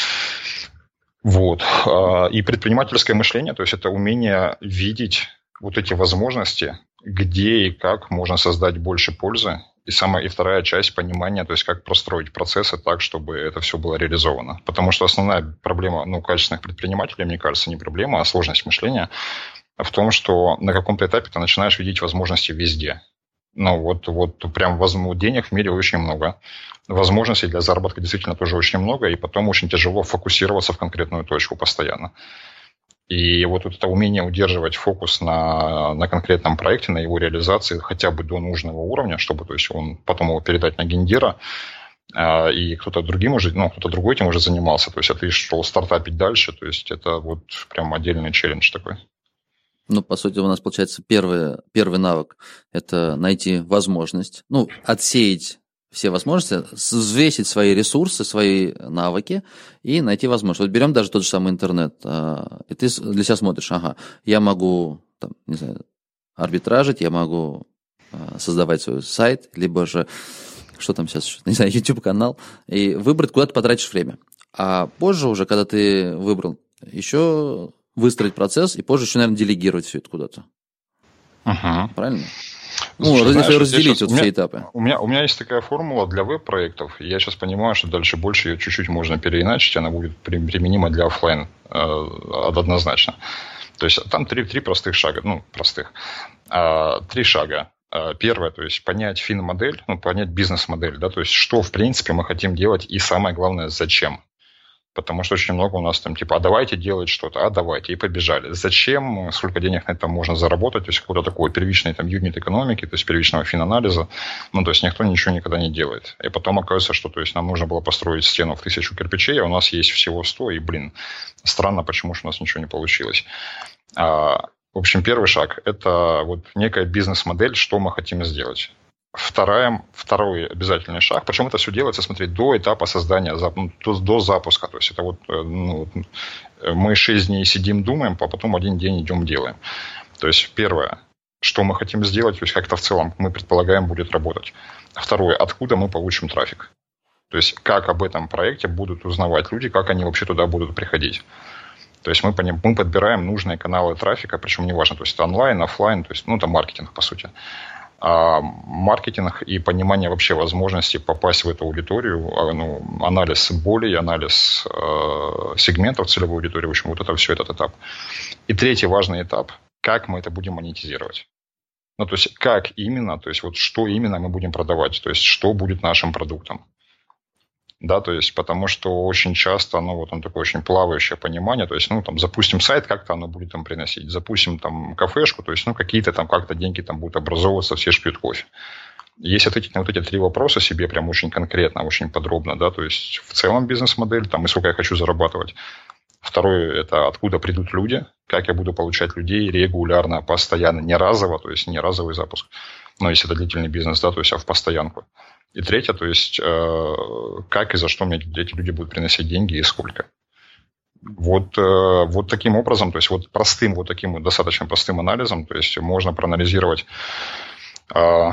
Вот. И предпринимательское мышление, то есть это умение видеть вот эти возможности, где и как можно создать больше пользы. И самая, и вторая часть понимания, то есть как простроить процессы так, чтобы это все было реализовано. Потому что основная проблема, ну, качественных предпринимателей, мне кажется, не проблема, а сложность мышления в том, что на каком-то этапе ты начинаешь видеть возможности везде. Ну, вот, вот прям возможно, денег в мире очень много. Возможностей для заработка действительно тоже очень много, и потом очень тяжело фокусироваться в конкретную точку постоянно. И вот это умение удерживать фокус на, на конкретном проекте, на его реализации хотя бы до нужного уровня, чтобы, то есть, он потом его передать на гендира, и кто-то другим уже, ну, кто-то другой этим уже занимался. То есть, это и шел стартапить дальше. То есть, это вот прям отдельный челлендж такой. Ну, по сути, у нас получается первый, первый навык – это найти возможность, ну, отсеять все возможности, взвесить свои ресурсы, свои навыки и найти возможность. Вот берем даже тот же самый интернет, и ты для себя смотришь, ага, я могу, там, не знаю, арбитражить, я могу создавать свой сайт, либо же, что там сейчас, не знаю, YouTube-канал, и выбрать, куда ты потратишь время. А позже уже, когда ты выбрал, еще выстроить процесс, и позже еще, наверное, делегировать все это куда-то. Uh-huh. Правильно? Слушай, ну, знаешь, если разделить сейчас, вот все меня, этапы. У меня, у меня есть такая формула для веб-проектов, и я сейчас понимаю, что дальше больше ее чуть-чуть можно переиначить, она будет применима для офлайн э, однозначно. То есть там три, три простых шага, ну, простых. Э, три шага. Э, первое, то есть понять фин-модель, ну, понять бизнес-модель, да, то есть что, в принципе, мы хотим делать, и самое главное, зачем. Потому что очень много у нас там типа, а давайте делать что-то, а давайте, и побежали. Зачем, сколько денег на этом можно заработать, то есть какой-то такой первичный там юнит экономики, то есть первичного финанализа, ну, то есть никто ничего никогда не делает. И потом оказывается, что то есть нам нужно было построить стену в тысячу кирпичей, а у нас есть всего сто, и, блин, странно, почему же у нас ничего не получилось. А, в общем, первый шаг – это вот некая бизнес-модель, что мы хотим сделать. Вторая, второй обязательный шаг, причем это все делается, смотри, до этапа создания, ну, до, до запуска. То есть это вот ну, мы шесть дней сидим, думаем, а потом один день идем, делаем. То есть первое, что мы хотим сделать, то есть как-то в целом мы предполагаем будет работать. Второе, откуда мы получим трафик. То есть как об этом проекте будут узнавать люди, как они вообще туда будут приходить. То есть мы, мы подбираем нужные каналы трафика, причем неважно, то есть это онлайн, офлайн, то есть ну, это маркетинг по сути. А маркетинг и понимание вообще возможности попасть в эту аудиторию, ну, анализ болей, анализ э, сегментов целевой аудитории, в общем, вот это все этот этап. И третий важный этап, как мы это будем монетизировать. Ну, то есть, как именно, то есть, вот что именно мы будем продавать, то есть, что будет нашим продуктом. Да, то есть, потому что очень часто, ну, вот он такое очень плавающее понимание, то есть, ну, там, запустим сайт, как-то оно будет там приносить, запустим там кафешку, то есть, ну, какие-то там как-то деньги там будут образовываться, все ж пьют кофе. Если ответить на вот эти три вопроса себе прям очень конкретно, очень подробно, да, то есть, в целом бизнес-модель, там, и сколько я хочу зарабатывать. Второе, это откуда придут люди, как я буду получать людей регулярно, постоянно, не разово, то есть, не разовый запуск, но если это длительный бизнес, да, то есть, а в постоянку. И третье, то есть, э, как и за что мне эти люди будут приносить деньги и сколько. Вот, э, вот таким образом, то есть, вот простым, вот таким достаточно простым анализом, то есть, можно проанализировать э,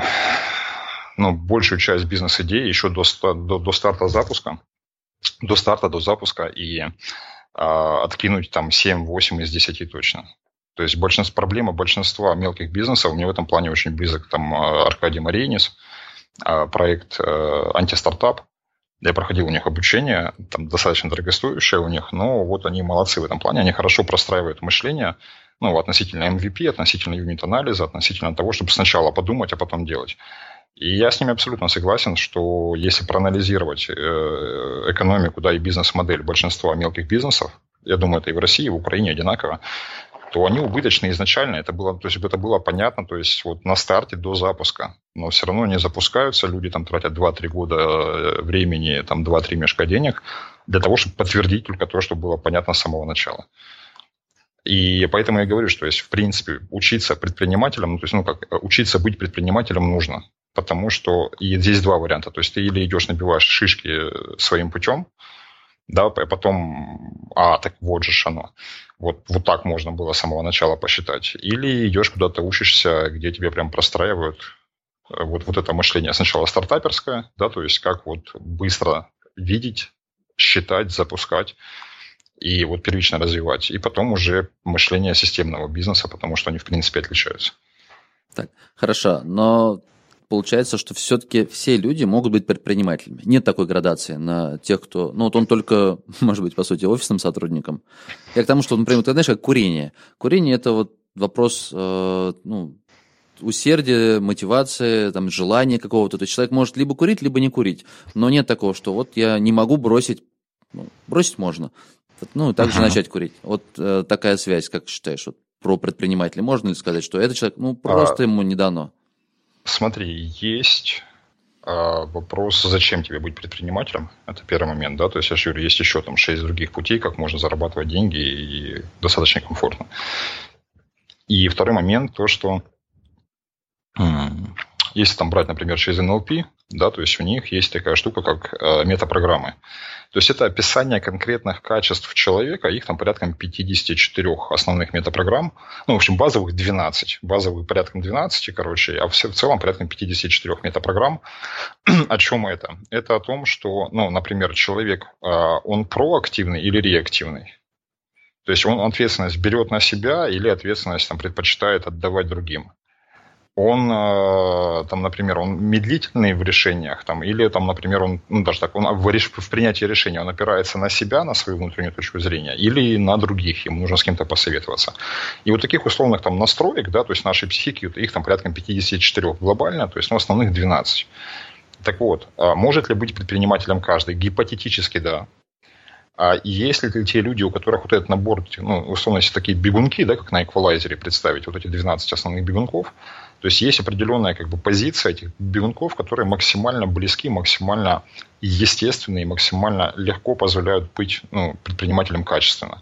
ну, большую часть бизнес-идеи еще до, до, до старта запуска, до старта, до запуска и э, откинуть там семь-восемь из десяти точно. То есть, большинство, проблема большинства мелких бизнесов, мне в этом плане очень близок там Аркадий Маринис, проект антистартап. Я проходил у них обучение, там достаточно дорогостоящее у них, но вот они молодцы в этом плане, они хорошо простраивают мышление, ну, относительно эм ви пи, относительно юнит-анализа, относительно того, чтобы сначала подумать, а потом делать. И я с ними абсолютно согласен, что если проанализировать экономику, да, и бизнес-модель большинства мелких бизнесов, я думаю, это и в России, и в Украине одинаково, то они убыточны изначально. Это было, то есть это было понятно, то есть вот на старте до запуска. Но все равно они запускаются, люди там тратят два-три года времени, там два-три мешка денег для того, чтобы подтвердить только то, что было понятно с самого начала. И поэтому я говорю, что есть, в принципе, учиться предпринимателям, ну, то есть, ну, как учиться быть предпринимателем нужно. потому что и здесь два варианта. То есть ты или идешь набиваешь шишки своим путем, да, а потом, а, так вот же оно. Вот, вот так можно было с самого начала посчитать. Или идешь куда-то учишься, где тебе прям простраивают вот, вот это мышление. Сначала стартаперское, да, то есть как вот быстро видеть, считать, запускать и вот первично развивать. И потом уже мышление системного бизнеса, потому что они, в принципе, отличаются. Так, хорошо, но получается, что все-таки все люди могут быть предпринимателями. Нет такой градации на тех, кто... Ну, вот он только, может быть, по сути, офисным сотрудником. Я к тому, что, например, ты знаешь, как курение. Курение – это вот вопрос, э, ну, усердия, мотивации, там, желания какого-то. То есть человек может либо курить, либо не курить. Но нет такого, что вот я не могу бросить. Ну, бросить можно. Ну, и также uh-huh. начать курить. Вот э, такая связь, как считаешь, вот про предпринимателя. Можно ли сказать, что этот человек, ну, просто а... ему не дано? Смотри, есть э, вопрос, зачем тебе быть предпринимателем. Это первый момент, да. То есть, я же говорю, есть еще там шесть других путей, как можно зарабатывать деньги и достаточно комфортно. И второй момент, то, что м- если там брать, например, через эн эл пи, да, то есть у них есть такая штука, как э, метапрограммы. То есть это описание конкретных качеств человека, их там порядком пятьдесят четыре основных метапрограмм. Ну, в общем, базовых двенадцать. Базовых порядком двенадцать, короче, а в целом порядком пятьдесят четыре метапрограмм. О чем это? Это о том, что, ну, например, человек, э, он проактивный или реактивный. То есть он ответственность берет на себя или ответственность там, предпочитает отдавать другим. Он, там, например, он медлительный в решениях, там, или, там, например, он, ну, даже так, он в, в принятии решения он опирается на себя, на свою внутреннюю точку зрения, или на других, ему нужно с кем-то посоветоваться. И вот таких условных там настроек, да, то есть нашей психики, их там порядка пятьдесят четыре глобально, то есть, ну, основных двенадцать. Так вот, может ли быть предпринимателем каждый? Гипотетически, да. А есть ли те люди, у которых вот этот набор, ну, условно, если такие бегунки, да, как на эквалайзере представить, вот эти двенадцать основных бегунков, то есть есть определенная как бы позиция этих бегунков, которые максимально близки, максимально естественные, максимально легко позволяют быть, ну, предпринимателем качественно.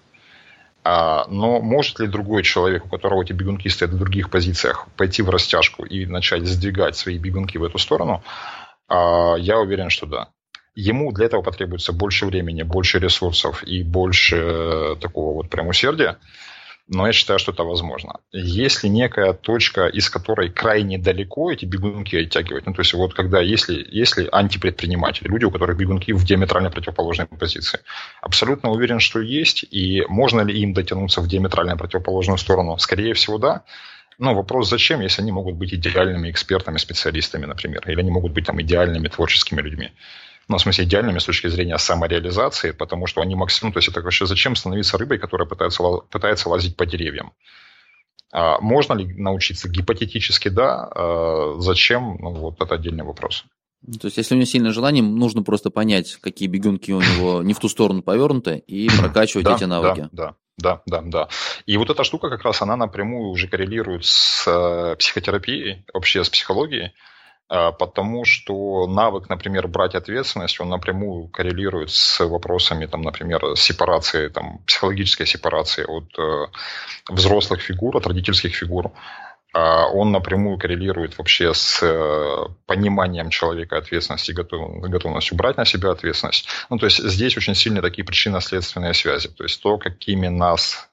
А, но может ли другой человек, у которого эти бегунки стоят в других позициях, пойти в растяжку и начать сдвигать свои бегунки в эту сторону? А, я уверен, что да. Ему для этого потребуется больше времени, больше ресурсов и больше такого вот прям усердия. Но я считаю, что это возможно. Если некая точка, из которой крайне далеко эти бегунки оттягивать, ну, то есть вот когда, если, если антипредприниматели, люди, у которых бегунки в диаметрально противоположной позиции, абсолютно уверен, что есть, и можно ли им дотянуться в диаметрально противоположную сторону? Скорее всего, да. Но вопрос, зачем, если они могут быть идеальными экспертами, специалистами, например, или они могут быть там идеальными творческими людьми. Ну, в смысле, идеальными с точки зрения самореализации, потому что они максимум... То есть это вообще зачем становиться рыбой, которая пытается, пытается лазить по деревьям? А можно ли научиться? Гипотетически, да. А зачем? Ну, вот это отдельный вопрос. То есть, если у него сильное желание, нужно просто понять, какие бегунки у него не в ту сторону повернуты, и прокачивать эти навыки. Да, да, да, да. И вот эта штука как раз, она напрямую уже коррелирует с психотерапией, вообще с психологией, потому что навык, например, брать ответственность, он напрямую коррелирует с вопросами, там, например, сепарации, там, психологической сепарации от э, взрослых фигур, от родительских фигур. А он напрямую коррелирует вообще с э, пониманием человека ответственности, готов, готовностью брать на себя ответственность. Ну, то есть здесь очень сильные такие причинно-следственные связи. То есть то, какими нас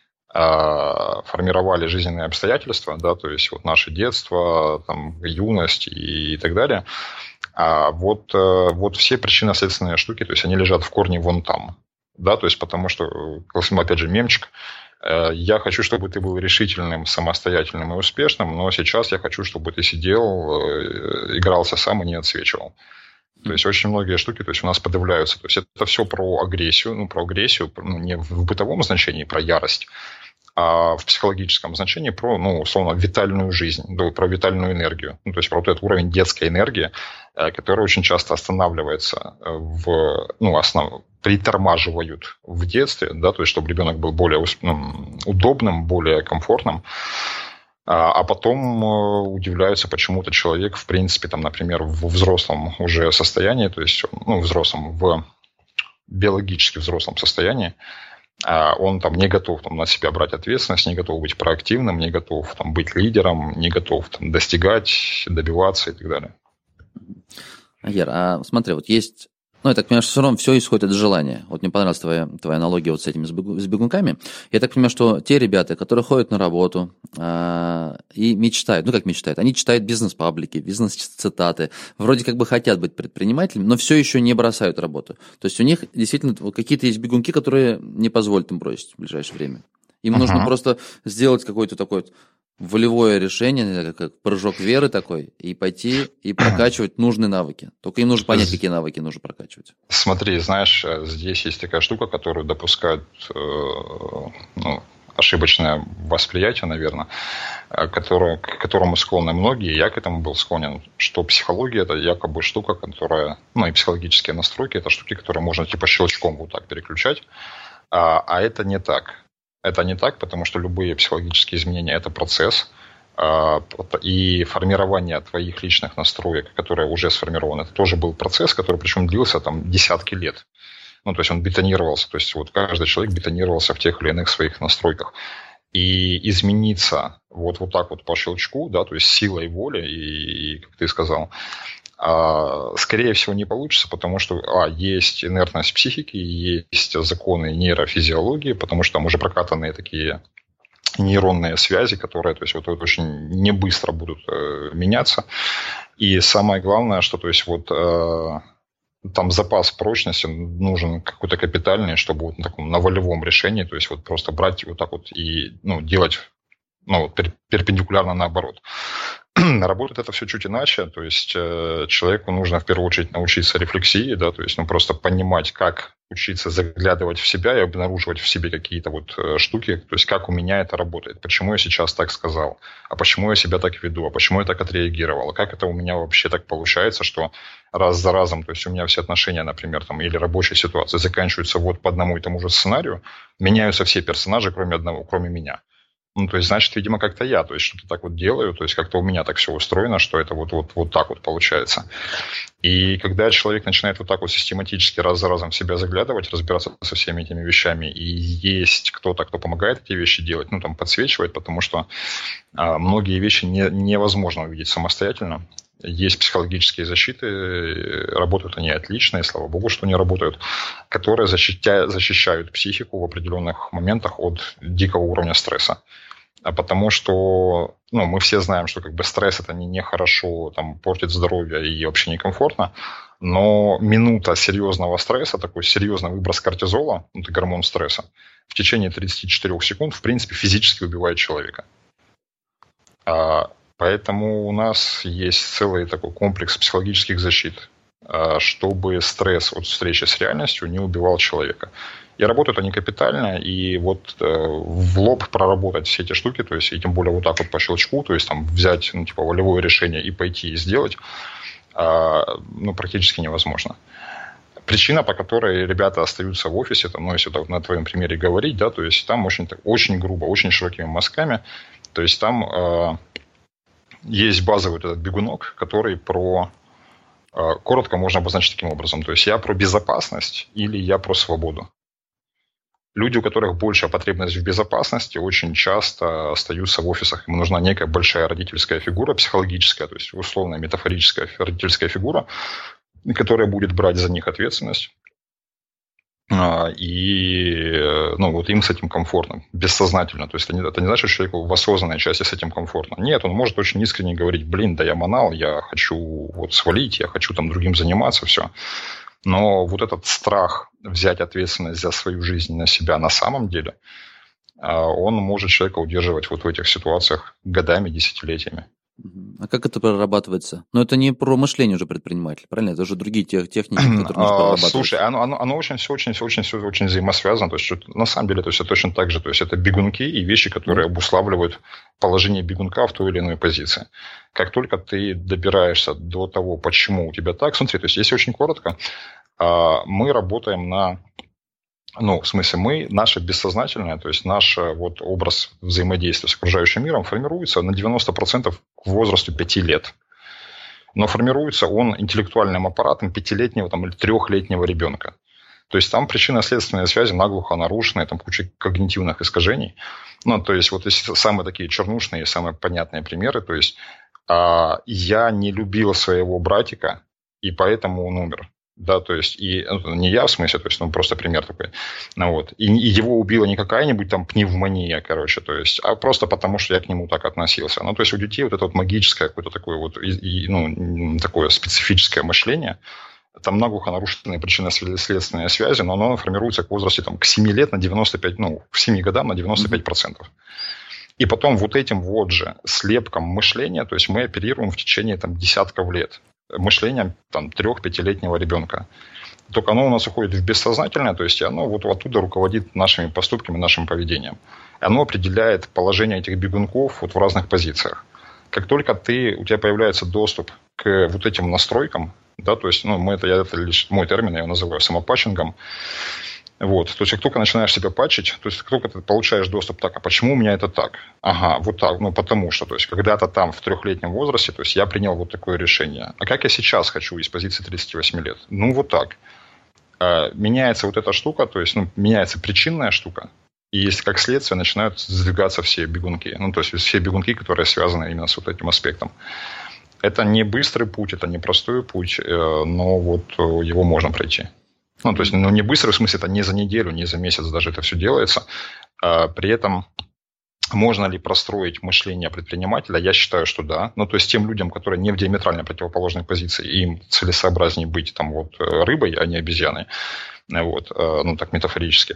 формировали жизненные обстоятельства, да, то есть вот наше детство, там, юность и, и так далее. А вот, вот все причинно-следственные штуки, то есть они лежат в корне вон там, да, то есть потому что, опять же, мемчик, я хочу, чтобы ты был решительным, самостоятельным и успешным, но сейчас я хочу, чтобы ты сидел, игрался сам и не отсвечивал. То есть очень многие штуки, то есть у нас подавляются. То есть это все про агрессию, ну, про агрессию, ну, не в бытовом значении, про ярость, а в психологическом значении про, ну, условно, витальную жизнь, да, про витальную энергию. Ну, то есть про вот этот уровень детской энергии, который очень часто останавливается в, ну, основ... притормаживают в детстве, да, то есть чтобы ребенок был более, ну, удобным, более комфортным. А потом удивляются, почему-то человек, в принципе, там, например, в взрослом уже состоянии, то есть, ну, взрослом, в биологически взрослом состоянии, он там не готов там, на себя брать ответственность, не готов быть проактивным, не готов там, быть лидером, не готов там, достигать, добиваться и так далее. Агер, а смотри, вот есть... Ну, я так понимаю, что все равно все исходит от желания. Вот мне понравилась твоя, твоя аналогия вот с этими, с бегунками. Я так понимаю, что те ребята, которые ходят на работу а, и мечтают, ну, как мечтают, они читают бизнес-паблики, бизнес-цитаты, вроде как бы хотят быть предпринимателями, но все еще не бросают работу. То есть у них действительно какие-то есть бегунки, которые не позволят им бросить в ближайшее время. Им uh-huh. нужно просто сделать какой-то такой... волевое решение, как прыжок веры такой, и пойти и прокачивать нужные навыки. Только им нужно понять, какие навыки нужно прокачивать. Смотри, знаешь, здесь есть такая штука, которую допускают ну, ошибочное восприятие, наверное, которое, к которому склонны многие, я к этому был склонен, что психология – это якобы штука, которая, ну и психологические настройки – это штуки, которые можно типа щелчком вот так переключать, а, а это не так. Это не так, потому что любые психологические изменения – это процесс, и формирование твоих личных настроек, которые уже сформированы, это тоже был процесс, который причем длился там десятки лет. Ну, то есть он бетонировался, то есть вот каждый человек бетонировался в тех или иных своих настройках. И измениться вот, вот так вот по щелчку, да, то есть силой воли, и, и как ты сказал, скорее всего, не получится, потому что а, есть инертность психики, есть законы нейрофизиологии, потому что там уже прокатанные такие нейронные связи, которые то есть, вот, вот, очень не быстро будут э, меняться. И самое главное, что то есть, вот, э, там запас прочности нужен какой-то капитальный, чтобы вот на таком на волевом решении, то есть вот просто брать вот так вот и ну, делать ну, перпендикулярно наоборот. Работает это все чуть иначе, то есть э, человеку нужно в первую очередь научиться рефлексии, да, то есть ну, просто понимать, как учиться заглядывать в себя и обнаруживать в себе какие-то вот э, штуки, то есть как у меня это работает, почему я сейчас так сказал, а почему я себя так веду, а почему я так отреагировал, а как это у меня вообще так получается, что раз за разом, то есть у меня все отношения, например, там, или рабочие ситуации заканчиваются вот по одному и тому же сценарию, меняются все персонажи, кроме одного, кроме меня. Ну, то есть, значит, видимо, как-то я, то есть, что-то так вот делаю, то есть, как-то у меня так все устроено, что это вот, вот, вот так вот получается. И когда человек начинает вот так вот систематически раз за разом в себя заглядывать, разбираться со всеми этими вещами, и есть кто-то, кто помогает эти вещи делать, ну, там, подсвечивает, потому что а, многие вещи не, невозможно увидеть самостоятельно. Есть психологические защиты, работают они отлично, и слава богу, что они работают, которые защищают, защищают психику в определенных моментах от дикого уровня стресса. А потому что ну, мы все знаем, что как бы, стресс это не, нехорошо, там, портит здоровье и вообще некомфортно, но минута серьезного стресса, такой серьезный выброс кортизола, это гормон стресса, в течение тридцати четырёх секунд в принципе физически убивает человека. Поэтому у нас есть целый такой комплекс психологических защит, чтобы стресс от встречи с реальностью не убивал человека. И работают они капитально, и вот в лоб проработать все эти штуки, то есть, и тем более вот так вот по щелчку, то есть там взять ну, типа волевое решение и пойти и сделать, ну, практически невозможно. Причина, по которой ребята остаются в офисе, там, ну, если так на твоем примере говорить, да, то есть там очень, очень грубо, очень широкими мазками, то есть там есть базовый этот бегунок, который про... Коротко можно обозначить таким образом. То есть я про безопасность или я про свободу. Люди, у которых большая потребность в безопасности, очень часто остаются в офисах. Им нужна некая большая родительская фигура, психологическая, то есть условная метафорическая родительская фигура, которая будет брать за них ответственность. И ну, вот им с этим комфортно, бессознательно. То есть это не, это не значит, что человеку в осознанной части с этим комфортно. Нет, он может очень искренне говорить, блин, да я манал, я хочу вот свалить, я хочу там другим заниматься, все. Но вот этот страх взять ответственность за свою жизнь на себя на самом деле, он может человека удерживать вот в этих ситуациях годами, десятилетиями. А как это прорабатывается? Но это не про мышление уже предпринимателя, правильно? Это уже другие тех, техники, которые нужно прорабатывать. Слушай, оно, оно, оно очень все очень, очень, все очень взаимосвязано. То есть, на самом деле, то есть, это точно так же. То есть, это бегунки и вещи, которые обуславливают положение бегунка в той или иной позиции. Как только ты добираешься до того, почему у тебя так, смотри, то есть, если очень коротко, мы работаем на... Ну, в смысле, мы, наше бессознательное, то есть наш вот образ взаимодействия с окружающим миром формируется на девяносто процентов к возрасту пяти лет. Но формируется он интеллектуальным аппаратом пятилетнего там, или трехлетнего ребенка. То есть там причинно-следственные связи наглухо нарушены, там куча когнитивных искажений. Ну, то есть вот если самые такие чернушные, самые понятные примеры, то есть я не любил своего братика, и поэтому он умер. Да, то есть, и ну, не я в смысле, то есть, ну, просто пример такой. Ну, вот. И, и его убила не какая-нибудь там пневмония, короче, то есть, а просто потому, что я к нему так относился. Ну, то есть, у детей вот это вот магическое какое-то такое вот, и, и, ну, такое специфическое мышление, там наглухо нарушенные причинно-следственные связи, но оно формируется к возрасте там, к семи лет на девяносто пять, ну, к семи годам на девяносто пять процентов. Mm-hmm. И потом вот этим вот же слепком мышления, то есть, мы оперируем в течение там десятков лет. Мышлением там, трех-пятилетнего ребенка. Только оно у нас уходит в бессознательное, то есть оно вот оттуда руководит нашими поступками, нашим поведением. И оно определяет положение этих бегунков вот в разных позициях. Как только ты, у тебя появляется доступ к вот этим настройкам, да, то есть, ну, мы это, это лишь мой термин, я его называю самопатчингом. Вот, то есть, как только начинаешь себя патчить, то есть, как только ты получаешь доступ, так, а почему у меня это так? Ага, вот так, ну, потому что, то есть, когда-то там в трехлетнем возрасте, то есть, я принял вот такое решение. А как я сейчас хочу из позиции тридцати восьми лет? Ну, вот так. А, меняется вот эта штука, то есть, ну, меняется причинная штука, и если как следствие начинают сдвигаться все бегунки, ну, то есть, все бегунки, которые связаны именно с вот этим аспектом. Это не быстрый путь, это не простой путь, но вот его можно пройти. Ну, то есть, ну, не быстро, в смысле, это не за неделю, не за месяц даже это все делается. А, при этом можно ли простроить мышление предпринимателя? Я считаю, что да. Ну, то есть, тем людям, которые не в диаметрально противоположной позиции, им целесообразнее быть там вот рыбой, а не обезьяной, вот, ну, так метафорически,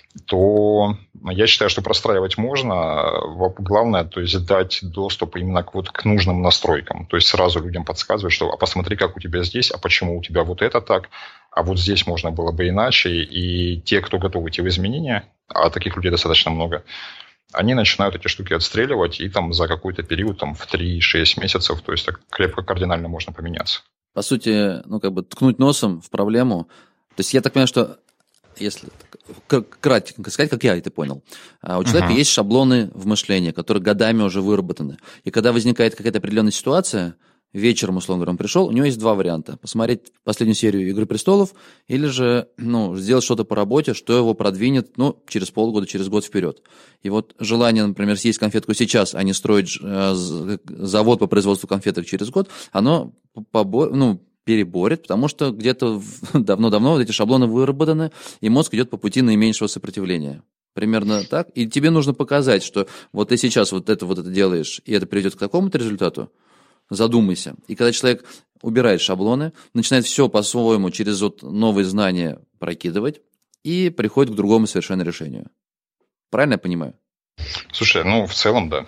то я считаю, что простраивать можно. Главное, то есть, дать доступ именно к, вот, к нужным настройкам. То есть, сразу людям подсказывать, что а посмотри, как у тебя здесь, а почему у тебя вот это так, а вот здесь можно было бы иначе. И те, кто готов идти в изменения, а таких людей достаточно много, они начинают эти штуки отстреливать, и там за какой-то период, там, в три-шесть месяцев, то есть, так крепко кардинально можно поменяться. По сути, ну, как бы ткнуть носом в проблему. То есть, я так понимаю, что, если кратко сказать, как я это понял, у человека uh-huh. есть шаблоны в мышлении, которые годами уже выработаны. И когда возникает какая-то определенная ситуация, вечером, условно говоря, он пришел, у него есть два варианта. Посмотреть последнюю серию «Игры престолов» или же ну, сделать что-то по работе, что его продвинет ну, через полгода, через год вперед. И вот желание, например, съесть конфетку сейчас, а не строить э, завод по производству конфеток через год, оно побо... ну, переборет, потому что где-то давно-давно вот эти шаблоны выработаны, и мозг идет по пути наименьшего сопротивления. Примерно так. И тебе нужно показать, что вот ты сейчас вот это вот это делаешь, и это приведет к такому-то результату. Задумайся. И когда человек убирает шаблоны, начинает все по-своему через вот новые знания прокидывать и приходит к другому совершенно решению. Правильно я понимаю? Слушай, ну в целом да.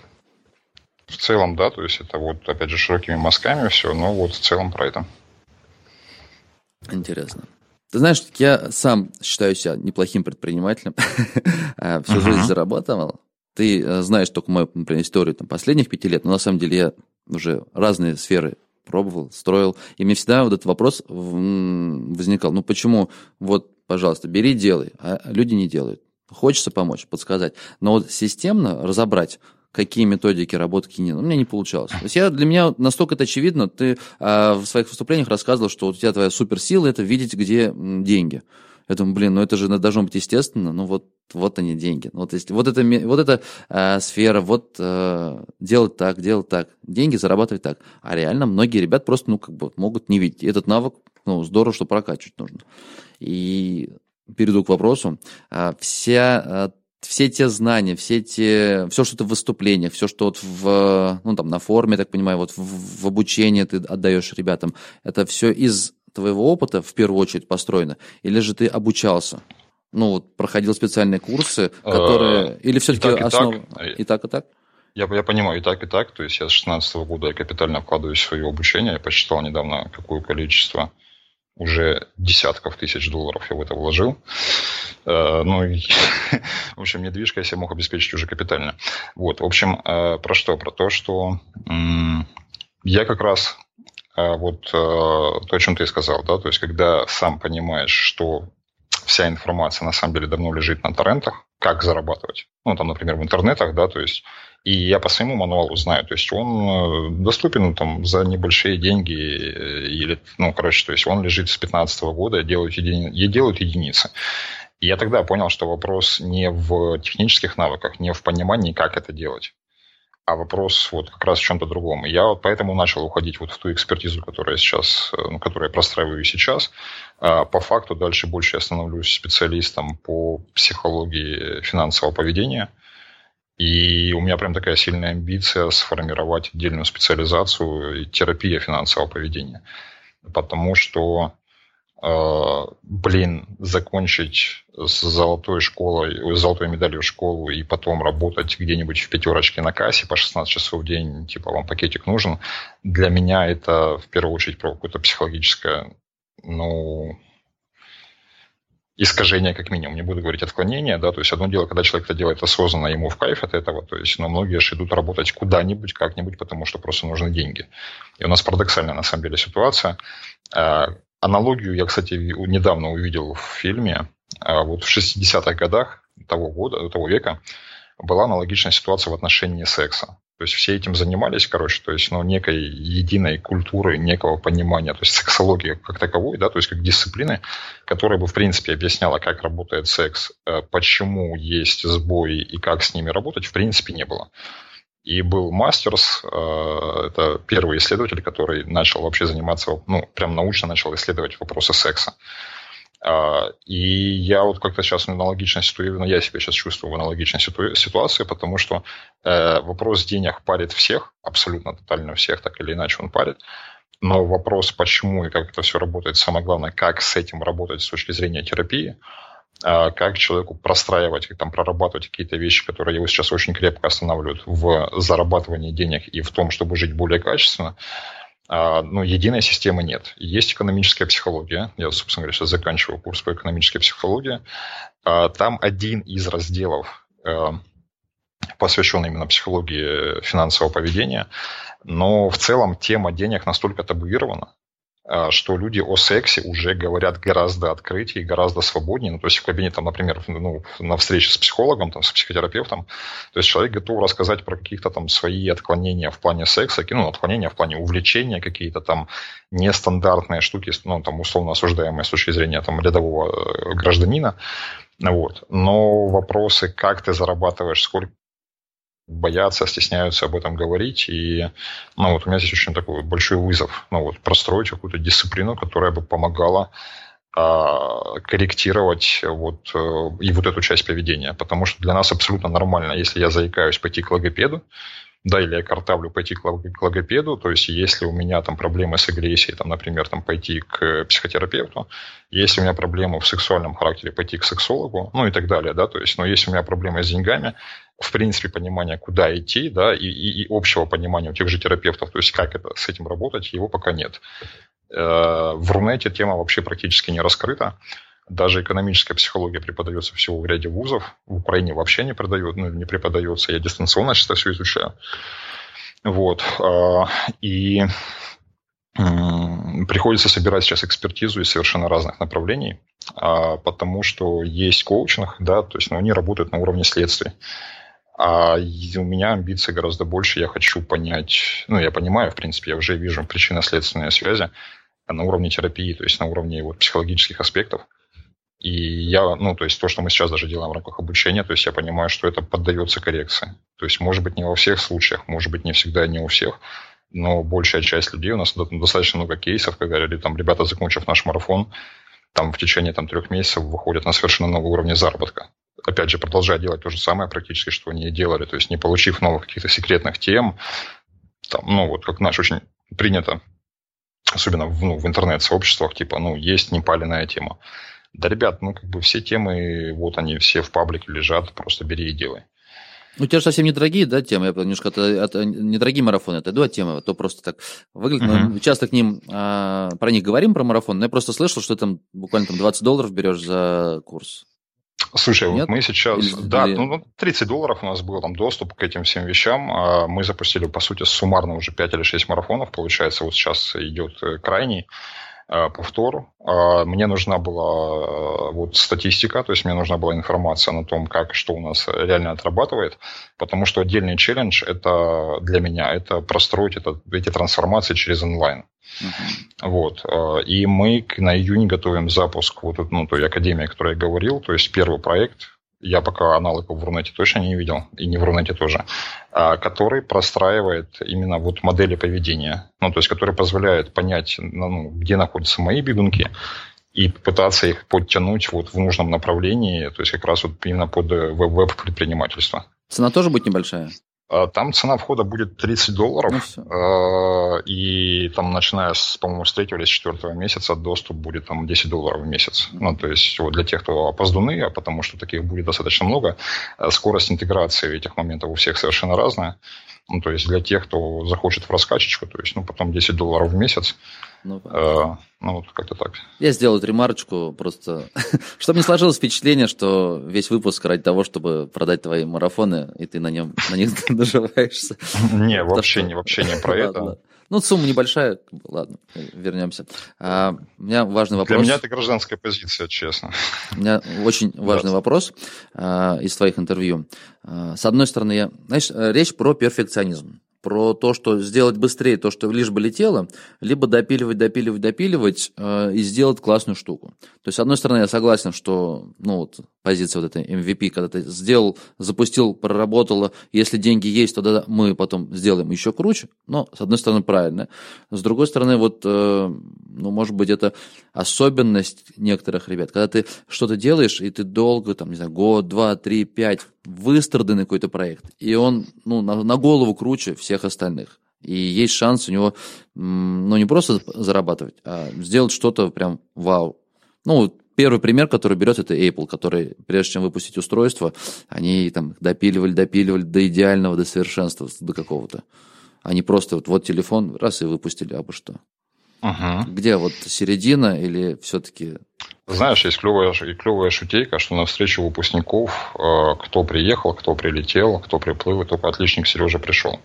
В целом да, то есть это вот опять же широкими мазками все, но вот в целом про это. Интересно. Ты знаешь, я сам считаю себя неплохим предпринимателем. Всю жизнь заработал. Ты знаешь только мою, например, историю там, последних пяти лет, но на самом деле я уже разные сферы пробовал, строил. И мне всегда вот этот вопрос возникал. Ну почему, вот, пожалуйста, бери, делай, а люди не делают. Хочется помочь, подсказать. Но вот системно разобрать, какие методики работы, какие нет, у меня не получалось. То есть я, для меня настолько это очевидно. Ты а, в своих выступлениях рассказывал, что вот у тебя твоя суперсила – это видеть, где деньги. Я думаю, блин, ну это же должно быть естественно, ну вот, вот они деньги. Вот, есть, вот это, вот эта э, сфера, вот э, делать так, делать так, деньги зарабатывать так. А реально многие ребят просто, ну, как бы могут не видеть. И этот навык, ну, здорово, что прокачивать нужно. И перейду к вопросу. А, вся, а, все те знания, все те, все, что ты в выступлениях, все, что вот в, ну, там, на форуме, я так понимаю, вот в, в обучении ты отдаешь ребятам, это все из твоего опыта в первую очередь построено, или же ты обучался? Ну, вот проходил специальные курсы, которые... Или все-таки основа... И так, и так? Я, я понимаю, и так, и так. То есть я с шестнадцатого года я капитально вкладываюсь в свое обучение. Я посчитал недавно, какое количество уже десятков тысяч долларов я в это вложил. Ну, и, в общем, недвижка я себе мог обеспечить уже капитально. Вот, в общем, про что? Про то, что я как раз... Вот то, о чем ты сказал, да, то есть когда сам понимаешь, что вся информация на самом деле давно лежит на торрентах, как зарабатывать, ну, там, например, в интернетах, да, то есть, и я по своему мануалу знаю, то есть он доступен там за небольшие деньги, или, ну, короче, то есть он лежит с пятнадцатого года, делают, еди... делают единицы. И я тогда понял, что вопрос не в технических навыках, не в понимании, как это делать, а вопрос вот как раз в чем-то другом. И я вот поэтому начал уходить вот в ту экспертизу, которую я сейчас, ну, которую я простраиваю сейчас. По факту дальше больше я становлюсь специалистом по психологии финансового поведения. И у меня прям такая сильная амбиция сформировать отдельную специализацию терапия финансового поведения. Потому что блин, закончить с золотой школой, с золотой медалью школу и потом работать где-нибудь в пятерочке на кассе по шестнадцать часов в день, типа вам пакетик нужен, для меня это в первую очередь про какое-то психологическое, ну, искажение как минимум. Не буду говорить отклонение, да, то есть одно дело, когда человек это делает осознанно, ему в кайф от этого, то есть, но многие же идут работать куда-нибудь, как-нибудь, потому что просто нужны деньги. И у нас парадоксальная на самом деле ситуация. Аналогию я, кстати, недавно увидел в фильме. Вот в шестидесятых годах того года, того века была аналогичная ситуация в отношении секса. То есть все этим занимались, короче, то есть, ну, некой единой культуры, некого понимания, то есть сексологии как таковой, да, то есть как дисциплины, которая бы, в принципе, объясняла, как работает секс, почему есть сбои и как с ними работать, в принципе, не было. И был Мастерс, это первый исследователь, который начал вообще заниматься, ну, прям научно начал исследовать вопросы секса. И я вот как-то сейчас в аналогичной ситуации, ну, я себя сейчас чувствую в аналогичной ситуации, потому что вопрос денег парит всех, абсолютно тотально всех, так или иначе он парит. Но вопрос, почему и как это все работает, самое главное, как с этим работать с точки зрения терапии, как человеку простраивать, как там прорабатывать какие-то вещи, которые его сейчас очень крепко останавливают в зарабатывании денег и в том, чтобы жить более качественно. Ну, единой системы нет. Есть экономическая психология. Я, собственно говоря, сейчас заканчиваю курс по экономической психологии. Там один из разделов посвящен именно психологии финансового поведения. Но в целом тема денег настолько табуирована, что люди о сексе уже говорят гораздо открытее и гораздо свободнее. Ну, то есть в кабинете, там, например, ну, на встрече с психологом, там, с психотерапевтом, то есть человек готов рассказать про какие-то там свои отклонения в плане секса, ну, отклонения в плане увлечения, какие-то там нестандартные штуки, ну, там, условно осуждаемые с точки зрения там, рядового гражданина. Вот. Но вопросы, как ты зарабатываешь, сколько боятся, стесняются об этом говорить. И ну, вот у меня здесь очень такой большой вызов. Ну, вот, простроить какую-то дисциплину, которая бы помогала а, корректировать вот, и вот эту часть поведения. Потому что для нас абсолютно нормально, если я заикаюсь пойти к логопеду, да, или я картавлю пойти к логопеду, то есть если у меня там проблемы с агрессией, там, например, там, пойти к психотерапевту, если у меня проблемы в сексуальном характере, пойти к сексологу, ну и так далее, да, то есть, но если у меня проблемы с деньгами, в принципе, понимания, куда идти, да, и, и, и общего понимания у тех же терапевтов, то есть как это, с этим работать, его пока нет. В Рунете тема вообще практически не раскрыта. Даже экономическая психология преподается всего в ряде вузов. В Украине вообще не преподает, ну, не преподается. Я дистанционно сейчас это все изучаю. Вот. И приходится собирать сейчас экспертизу из совершенно разных направлений, потому что есть коучинг, да, то есть ну, они работают на уровне следствия. А у меня амбиции гораздо больше. Я хочу понять, ну, я понимаю, в принципе, я уже вижу причинно-следственные связи на уровне терапии, то есть на уровне вот, психологических аспектов. И я, ну, то есть то, что мы сейчас даже делаем в рамках обучения, то есть я понимаю, что это поддается коррекции. То есть, может быть, не во всех случаях, может быть, не всегда, не у всех, но большая часть людей, у нас достаточно много кейсов, когда там ребята, закончив наш марафон, там в течение там, трех месяцев выходят на совершенно новый уровень заработка. Опять же, продолжая делать то же самое практически, что они делали, то есть не получив новых каких-то секретных тем, там, ну, вот как наш очень принято, особенно в, ну, в интернет-сообществах, типа, ну, есть непаленная тема. Да, ребят, ну, как бы все темы, вот они все в паблике лежат, просто бери и делай. У тебя же совсем недорогие, да, темы? Я немножко это, это недорогие марафоны, это два темы, то просто так выглядит. Uh-huh. Мы часто к ним, а, про них говорим, про марафон, но я просто слышал, что там буквально там двадцать долларов берешь за курс. Слушай, Нет? вот мы сейчас, Или... да, ну, тридцать долларов у нас был там доступ к этим всем вещам. Мы запустили, по сути, суммарно уже пять или шесть марафонов, получается, вот сейчас идет крайний повтор. Мне нужна была вот статистика, то есть мне нужна была информация на том, как, что у нас реально отрабатывает, потому что отдельный челлендж это для меня, это простроить это, эти трансформации через онлайн. Uh-huh. Вот. И мы на июне готовим запуск вот ну, той академии, о которой я говорил, то есть первый проект, я пока аналогов в Рунете точно не видел, и не в Рунете тоже, который простраивает именно вот модели поведения, ну, то есть который позволяет понять, ну, где находятся мои бегунки, и пытаться их подтянуть вот в нужном направлении, то есть как раз вот именно под веб-предпринимательство. Цена тоже будет небольшая? Там цена входа будет тридцать долларов, ну, и там, начиная с, по-моему, с третьего или с четвертого месяца, доступ будет там десять долларов в месяц. Ну, то есть вот для тех, кто опоздуны, а потому что таких будет достаточно много, скорость интеграции этих моментов у всех совершенно разная. Ну, то есть для тех, кто захочет в раскачечку, то есть, ну, потом десять долларов в месяц. Ну, э, ну, вот как-то так. Я сделаю ремарочку просто, чтобы не сложилось впечатление, что весь выпуск ради того, чтобы продать твои марафоны, и ты на нем на них наживаешься. Не, вообще не, вообще не про это. Ну, сумма небольшая, ладно, вернемся. А, у меня важный вопрос. Для меня это гражданская позиция, честно. У меня очень важный да. вопрос а, из твоих интервью. А, с одной стороны, я, знаешь, речь про перфекционизм. Про то, что сделать быстрее, то, что лишь бы летело, либо допиливать, допиливать, допиливать э, и сделать классную штуку. То есть, с одной стороны, я согласен, что ну, вот, позиция вот этой эм ви пи, когда ты сделал, запустил, проработало, если деньги есть, то да, мы потом сделаем еще круче, но, с одной стороны, правильно. С другой стороны, вот, э, ну, может быть, это особенность некоторых ребят, когда ты что-то делаешь, и ты долго, там, не знаю, год, два, три, пять, выстраданный какой-то проект, и он ну, на, на голову круче всех остальных. И есть шанс у него ну, не просто зарабатывать, а сделать что-то прям вау. Ну, первый пример, который берет, это Apple, который, прежде чем выпустить устройство, они там допиливали, допиливали до идеального, до совершенства, до какого-то. Они просто вот, вот телефон, раз и выпустили, а бы что. Угу. Где вот середина или все-таки... Знаешь, есть клевая, клевая шутейка, что на встречу выпускников э, кто приехал, кто прилетел, кто приплыл, и только отличник Сережа пришел.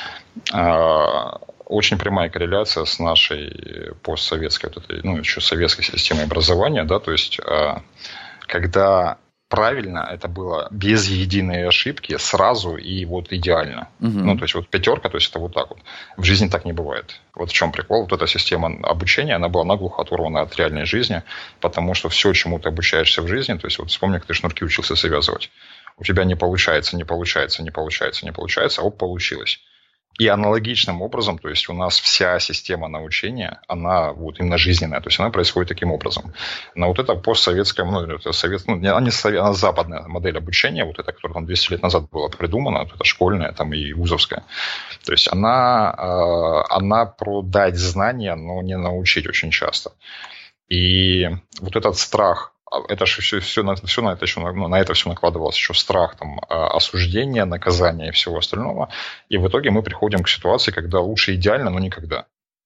Э, очень прямая корреляция с нашей постсоветской, вот этой, ну, еще советской системой образования, да, то есть, э, когда правильно это было без единой ошибки сразу и вот идеально. Угу. Ну, то есть, вот пятерка, то есть, это вот так вот. В жизни так не бывает. Вот в чем прикол. Вот эта система обучения, она была наглухо оторвана от реальной жизни, потому что все, чему ты обучаешься в жизни, то есть, вот вспомни, как ты шнурки учился завязывать. У тебя не получается, не получается, не получается, не получается, а оп, получилось. И аналогичным образом, то есть у нас вся система научения, она вот именно жизненная, то есть она происходит таким образом. Но вот эта постсоветская, ну, это совет, ну, она не совет, она западная модель обучения, вот эта, которая там двести лет назад была придумана, вот эта школьная там и вузовская, то есть она, она про дать знания, но не научить очень часто. И вот этот страх, это же все, все, на, все на это еще ну, на это все накладывалось еще страх там, осуждения, наказания и всего остального. И в итоге мы приходим к ситуации, когда лучше идеально, но никогда.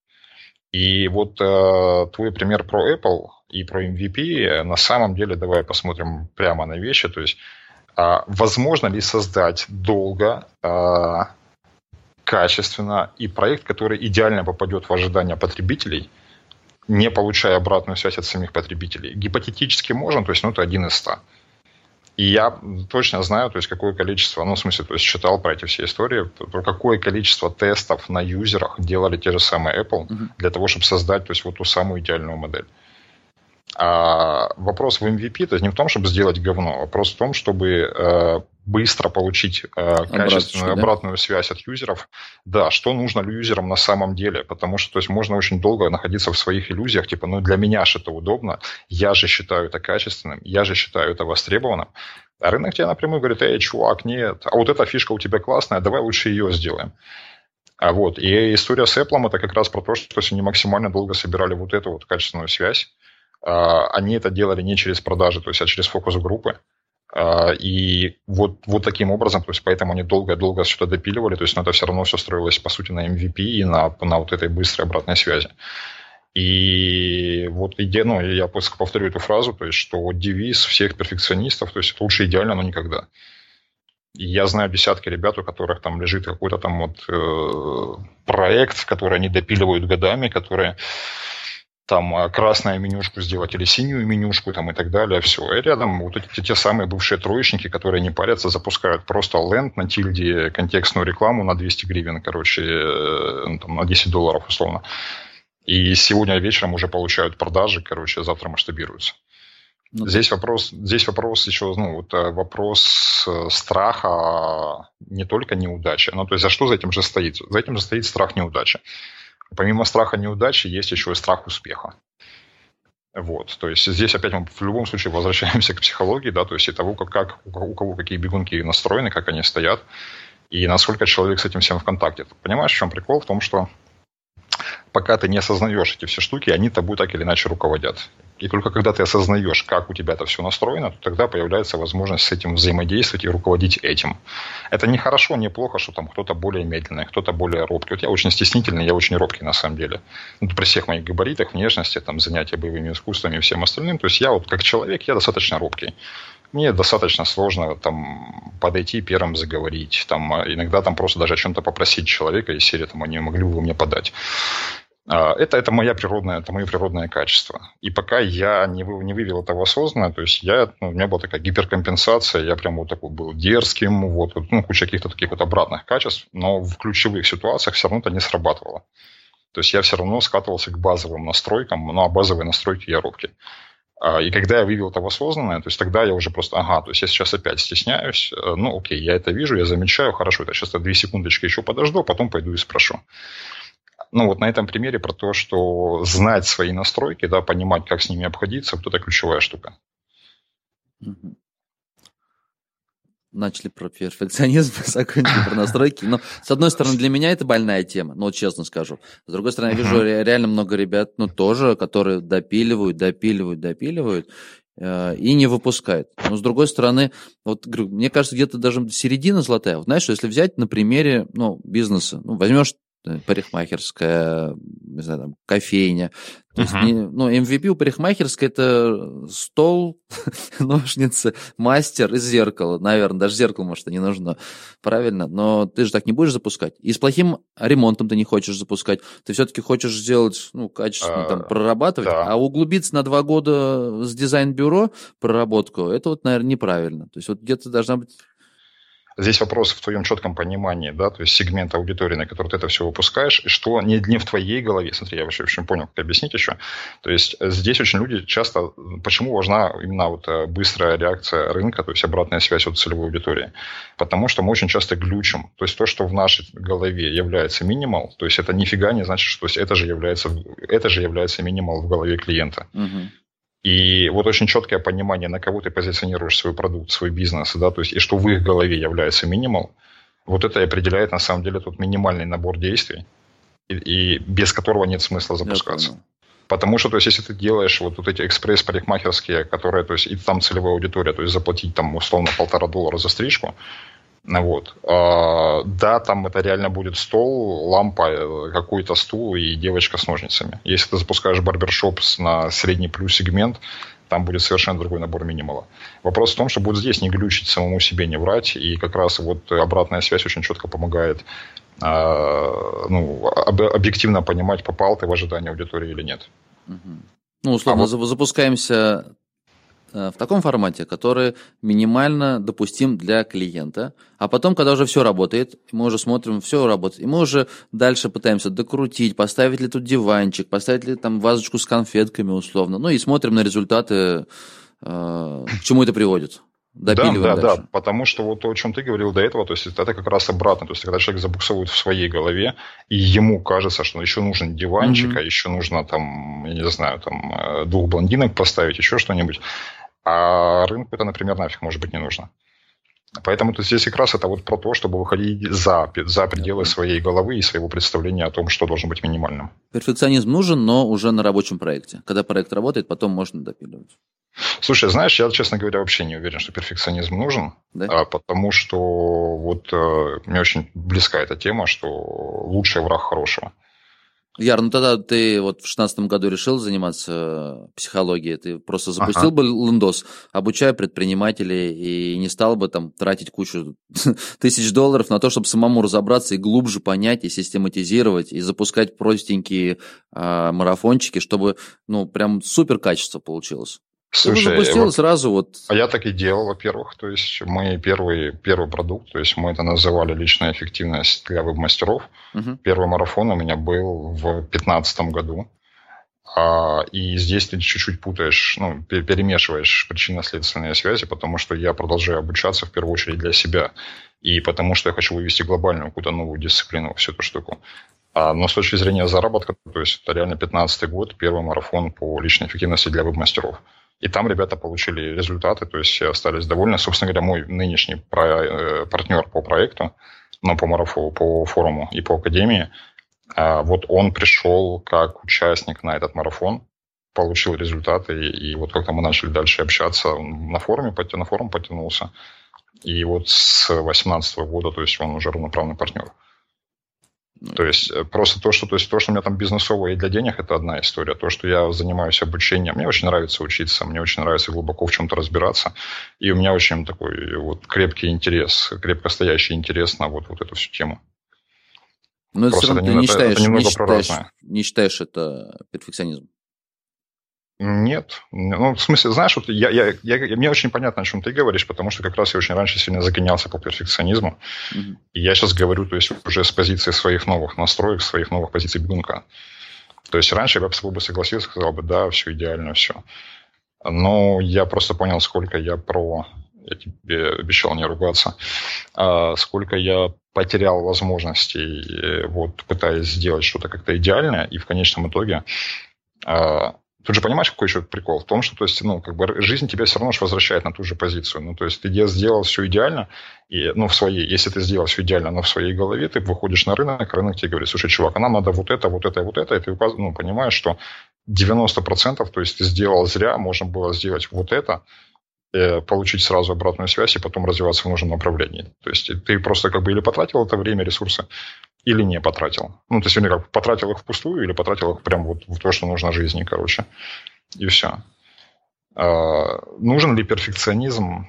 И вот э, твой пример про Apple и про эм ви пи, на самом деле, давай посмотрим прямо на вещи. То есть, э, возможно ли создать долго, э, качественно и проект, который идеально попадет в ожидания потребителей, не получая обратную связь от самих потребителей? Гипотетически можно, то есть, ну, это один из ста. И я точно знаю, то есть, какое количество, ну, в смысле, то есть, читал про эти все истории, про какое количество тестов на юзерах делали те же самые Apple mm-hmm. для того, чтобы создать, то есть, вот ту самую идеальную модель. А вопрос в эм ви пи, то есть, не в том, чтобы сделать говно, вопрос в том, чтобы э, быстро получить э, качественную Обраточку, обратную да? связь от юзеров. Да, что нужно юзерам на самом деле, потому что, то есть, можно очень долго находиться в своих иллюзиях, типа, ну, для меня же это удобно, я же считаю это качественным, я же считаю это востребованным. А рынок тебе напрямую говорит: эй, чувак, нет, а вот эта фишка у тебя классная, давай лучше ее сделаем. А вот, и история с Apple это как раз про то, что они максимально долго собирали вот эту вот качественную связь. Они это делали не через продажи, то есть, а через фокус-группы. И вот, вот таким образом, то есть, поэтому они долго-долго что-то допиливали, то есть, но это все равно все строилось, по сути, на эм ви пи и на, на вот этой быстрой обратной связи. И вот идея, ну, я повторю эту фразу, то есть, что девиз всех перфекционистов, то есть, это лучше идеально, но никогда. И я знаю десятки ребят, у которых там лежит какой-то там вот э, проект, который они допиливают годами, которые... там красную менюшку сделать или синюю менюшку там, и так далее, все. И рядом вот эти те самые бывшие троечники, которые не парятся, запускают просто ленд на тильде, контекстную рекламу на двести гривен, короче, ну, там, на десять долларов условно. И сегодня вечером уже получают продажи, короче, завтра масштабируются. Ну, здесь, вопрос, здесь вопрос еще, ну, вот вопрос страха не только неудачи. Ну, то есть, за что за этим же стоит? За этим же стоит страх неудачи. Помимо страха неудачи есть еще и страх успеха. Вот, то есть здесь опять мы в любом случае возвращаемся к психологии, да, то есть и того, как, как у кого какие бегунки настроены, как они стоят, и насколько человек с этим всем в контакте. Ты понимаешь, в чем прикол? В том, что пока ты не осознаешь эти все штуки, они тобой так или иначе руководят. И только когда ты осознаешь, как у тебя это все настроено, то тогда появляется возможность с этим взаимодействовать и руководить этим. Это не хорошо, не плохо, что там кто-то более медленный, кто-то более робкий. Вот я очень стеснительный, я очень робкий на самом деле. Ну, при всех моих габаритах, внешности, там, занятия боевыми искусствами и всем остальным. То есть я вот как человек, я достаточно робкий. Мне достаточно сложно там подойти первым заговорить. Там, иногда там просто даже о чем-то попросить человека из серии, там, они могли бы вы мне подать. Это, это, моя природная, это мое природное качество. И пока я не, вы, не вывел этого осознанно, то есть я, ну, у меня была такая гиперкомпенсация, я прям вот такой был дерзким, вот, ну, куча каких-то таких вот обратных качеств, но в ключевых ситуациях все равно это не срабатывало. То есть я все равно скатывался к базовым настройкам, ну, а базовые настройки я робкий. И когда я вывел это в осознанное, то есть тогда я уже просто, ага, то есть я сейчас опять стесняюсь, ну, окей, я это вижу, я замечаю, хорошо, это сейчас две секундочки еще подожду, а потом пойду и спрошу. Ну, вот на этом примере про то, что знать свои настройки, да, понимать, как с ними обходиться, вот это ключевая штука. Начали про перфекционизм, закончили про настройки. Но, с одной стороны, для меня это больная тема, ну, вот честно скажу. С другой стороны, я вижу реально много ребят, ну, тоже, которые допиливают, допиливают, допиливают э, и не выпускают. Но, с другой стороны, вот, мне кажется, где-то даже середина золотая. Вот, знаешь, если взять на примере, ну, бизнеса, ну, возьмешь парикмахерская, не знаю, там, кофейня. То uh-huh. есть, не, ну, эм ви пи у парикмахерской это стол, ножницы, мастер и зеркало. Наверное, даже зеркало, может, и не нужно. Правильно? Но ты же так не будешь запускать. И с плохим ремонтом ты не хочешь запускать. Ты все-таки хочешь сделать, ну, качественно, uh, там, прорабатывать. Да. А углубиться на два года с дизайн-бюро проработку, это вот, наверное, неправильно. То есть, вот где-то должна быть... Здесь вопрос в твоем четком понимании, да, то есть сегмент аудитории, на который ты это все выпускаешь, и что не, не в твоей голове. Смотри, я вообще, в общем понял, как объяснить еще. То есть здесь очень люди часто... Почему важна именно вот быстрая реакция рынка, то есть обратная связь от целевой аудитории? Потому что мы очень часто глючим. То есть то, что в нашей голове является минимал, то есть это нифига не значит, что это же является, это же является минимал в голове клиента. Угу. И вот очень четкое понимание, на кого ты позиционируешь свой продукт, свой бизнес, да, то есть и что в их голове является минимал, вот это и определяет на самом деле тот минимальный набор действий, и, и без которого нет смысла запускаться. Потому что, то есть, если ты делаешь вот, вот эти экспресс-парикмахерские, которые, то есть, и там целевая аудитория, то есть заплатить там условно полтора доллара за стрижку, вот. А, да, там это реально будет стол, лампа, какой-то стул и девочка с ножницами. Если ты запускаешь барбершоп на средний плюс сегмент, там будет совершенно другой набор минимала. Вопрос в том, что вот здесь не глючить, самому себе не врать, и как раз вот обратная связь очень четко помогает а, ну, об, объективно понимать, попал ты в ожидание аудитории или нет. Ну, условно, а вот... запускаемся в таком формате, который минимально допустим для клиента, а потом, когда уже все работает, мы уже смотрим, все работает, и мы уже дальше пытаемся докрутить, поставить ли тут диванчик, поставить ли там вазочку с конфетками условно, ну и смотрим на результаты, э, к чему это приводит. Допиливаем да, да, дальше. да, потому что вот то, о чем ты говорил до этого, то есть это как раз обратно, то есть когда человек забуксовывает в своей голове, и ему кажется, что еще нужен диванчик, mm-hmm. а еще нужно там, я не знаю, там двух блондинок поставить, еще что-нибудь, а рынку это, например, нафиг может быть не нужно. Поэтому тут здесь как раз это вот про то, чтобы выходить за, за пределы своей головы и своего представления о том, что должно быть минимальным. Перфекционизм нужен, но уже на рабочем проекте. Когда проект работает, потом можно допиливать. Слушай, знаешь, я, честно говоря, вообще не уверен, что перфекционизм нужен, да? а, потому что вот э, мне очень близка эта тема, что лучший враг хорошего. Яр, ну тогда ты вот в шестнадцатом году решил заниматься психологией, ты просто запустил ага. бы лендос, обучая предпринимателей, и не стал бы там тратить кучу тысяч долларов на то, чтобы самому разобраться и глубже понять, и систематизировать, и запускать простенькие а, марафончики, чтобы, ну, прям супер качество получилось. Слушай, ты запустил вот, сразу вот... А я так и делал, во-первых. То есть мы первый, первый продукт, то есть мы это называли личная эффективность для веб-мастеров. Угу. Первый марафон у меня был в две тысячи пятнадцатом году. И здесь ты чуть-чуть путаешь, ну, перемешиваешь причинно-следственные связи, потому что я продолжаю обучаться в первую очередь для себя. И потому что я хочу вывести глобальную какую-то новую дисциплину, всю эту штуку. Но с точки зрения заработка, то есть это реально пятнадцатый год, первый марафон по личной эффективности для веб-мастеров. И там ребята получили результаты, то есть остались довольны. Собственно говоря, мой нынешний про- партнер по проекту, ну, по марафону, по форуму и по академии, вот он пришел как участник на этот марафон, получил результаты, и вот как-то мы начали дальше общаться на форуме, на форум потянулся. И вот с две тысячи восемнадцатого года, то есть он уже равноправный партнер. То есть просто то, что, то есть то, что у меня там бизнесовое и для денег, это одна история. То, что я занимаюсь обучением, мне очень нравится учиться, мне очень нравится глубоко в чем-то разбираться. И у меня очень такой вот крепкий интерес, крепко стоящий интерес на вот, вот эту всю тему. Но это, это, не, не, считаешь, это немного не, считаешь, не считаешь это перфекционизм? Нет. Ну, в смысле, знаешь, вот я, я, я, мне очень понятно, о чем ты говоришь, потому что как раз я очень раньше сильно загонялся по перфекционизму. Mm-hmm. И я сейчас говорю, то есть уже с позиции своих новых настроек, своих новых позиций бегунка. То есть раньше я бы с тобой согласился, сказал бы, да, все идеально, все. Но я просто понял, сколько я про... Я тебе обещал не ругаться. А сколько я потерял возможностей, вот, пытаясь сделать что-то как-то идеальное, и в конечном итоге... А, тут же понимаешь, какой еще прикол? В том, что то есть, ну, как бы жизнь тебя все равно же возвращает на ту же позицию. Ну, то есть ты сделал все идеально, и, ну, в своей, если ты сделал все идеально, но в своей голове, ты выходишь на рынок, рынок тебе говорит, слушай, чувак, а нам надо вот это, вот это и вот это, и ты ну, понимаешь, что девяносто процентов, то есть ты сделал зря, можно было сделать вот это, получить сразу обратную связь и потом развиваться в нужном направлении. То есть ты просто как бы или потратил это время, ресурсы, или не потратил. Ну, то есть, или как потратил их впустую, или потратил их прям вот в то, что нужно жизни, короче. И все. А, нужен ли перфекционизм?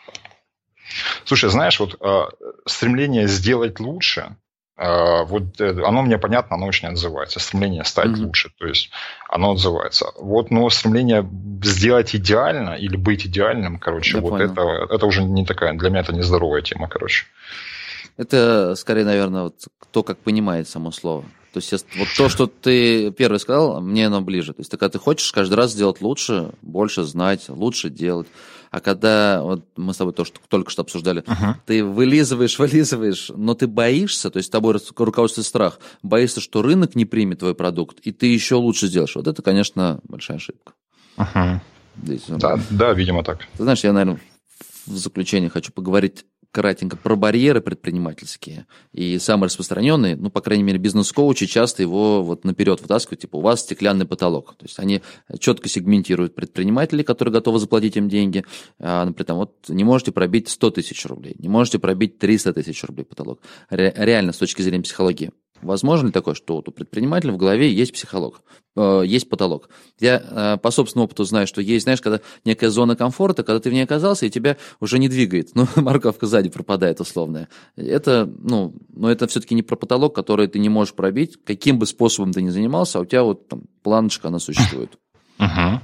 Слушай, знаешь, вот а, стремление сделать лучше, а, вот оно мне понятно, оно очень отзывается. Стремление стать mm-hmm. лучше, то есть оно отзывается. Вот, но стремление сделать идеально или быть идеальным, короче, Я вот это, это уже не такая, для меня это нездоровая тема, короче. Это, скорее, наверное, вот кто как понимает само слово. То есть вот то, что ты первый сказал, мне оно ближе. То есть когда ты хочешь каждый раз сделать лучше, больше знать, лучше делать. А когда, вот мы с тобой то, что только что обсуждали, uh-huh. ты вылизываешь, вылизываешь, но ты боишься, то есть тобой руководствует страх, боишься, что рынок не примет твой продукт, и ты еще лучше сделаешь. Вот это, конечно, большая ошибка. Uh-huh. Здесь, да, да, видимо так. Ты знаешь, я, наверное, в заключение хочу поговорить кратенько про барьеры предпринимательские. И самый распространенный, ну, по крайней мере, бизнес-коучи часто его вот наперед вытаскивают, типа, у вас стеклянный потолок. То есть они четко сегментируют предпринимателей, которые готовы заплатить им деньги. А, например, там, вот не можете пробить сто тысяч рублей, не можете пробить триста тысяч рублей потолок. Ре- реально, с точки зрения психологии. Возможно ли такое, что вот у предпринимателя в голове есть психолог, э, есть потолок? Я э, по собственному опыту знаю, что есть, знаешь, когда некая зона комфорта, когда ты в ней оказался, и тебя уже не двигает. Ну, морковка сзади пропадает условная. Это, ну, но это все-таки не про потолок, который ты не можешь пробить, каким бы способом ты ни занимался, а у тебя вот там планочка, она существует. Угу.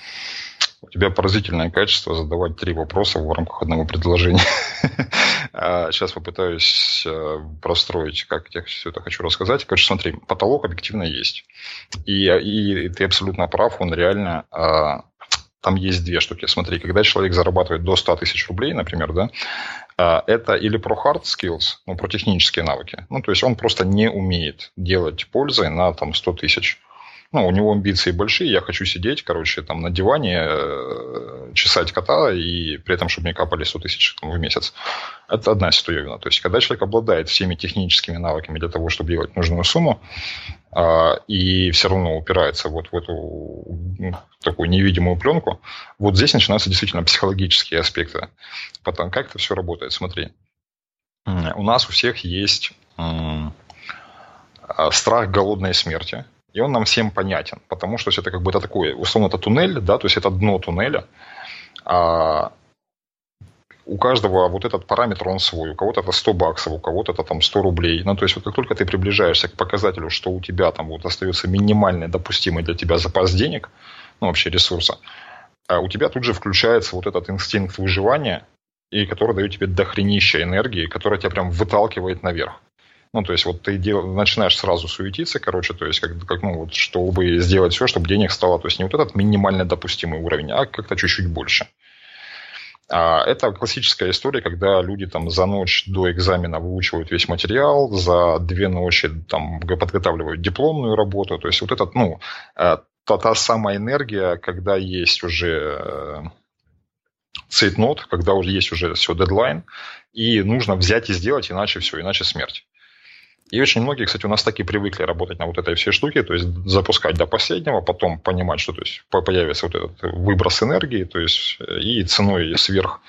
У тебя поразительное качество задавать три вопроса в рамках одного предложения. Сейчас попытаюсь простроить, как я все это хочу рассказать. Короче, смотри, потолок объективно есть. И, и ты абсолютно прав, он реально... Там есть две штуки. Смотри, когда человек зарабатывает до ста тысяч рублей, например, да, это или про hard skills, ну, про технические навыки. Ну, то есть он просто не умеет делать пользы на там, сто тысяч. Ну, у него амбиции большие, я хочу сидеть, короче, там на диване, чесать кота, и при этом, чтобы мне капали сто тысяч в месяц. Это одна ситуация. То есть, когда человек обладает всеми техническими навыками для того, чтобы делать нужную сумму, и все равно упирается вот в эту такую невидимую пленку, вот здесь начинаются действительно психологические аспекты. Потом, как это все работает? Смотри, у нас у всех есть страх голодной смерти. И он нам всем понятен, потому что это как бы это такое, условно, это туннель, да, то есть это дно туннеля. А у каждого вот этот параметр, он свой. У кого-то это сто баксов, у кого-то это там сто рублей. Ну, то есть вот как только ты приближаешься к показателю, что у тебя там вот остается минимальный допустимый для тебя запас денег, ну, вообще ресурса, у тебя тут же включается вот этот инстинкт выживания, и который дает тебе дохренища энергии, которая тебя прям выталкивает наверх. Ну, то есть, вот ты дел... начинаешь сразу суетиться, короче, то есть, как, как, ну, вот, чтобы сделать все, чтобы денег стало, то есть, не вот этот минимально допустимый уровень, а как-то чуть-чуть больше. А это классическая история, когда люди там за ночь до экзамена выучивают весь материал, за две ночи там подготавливают дипломную работу. То есть, вот этот, ну, та, та самая энергия, когда есть уже цейтнот, когда уже есть уже все, дедлайн, и нужно взять и сделать, иначе все, иначе смерть. И очень многие, кстати, у нас таки привыкли работать на вот этой всей штуке, то есть запускать до последнего, потом понимать, что то есть, появится вот этот выброс энергии, то есть и ценой сверх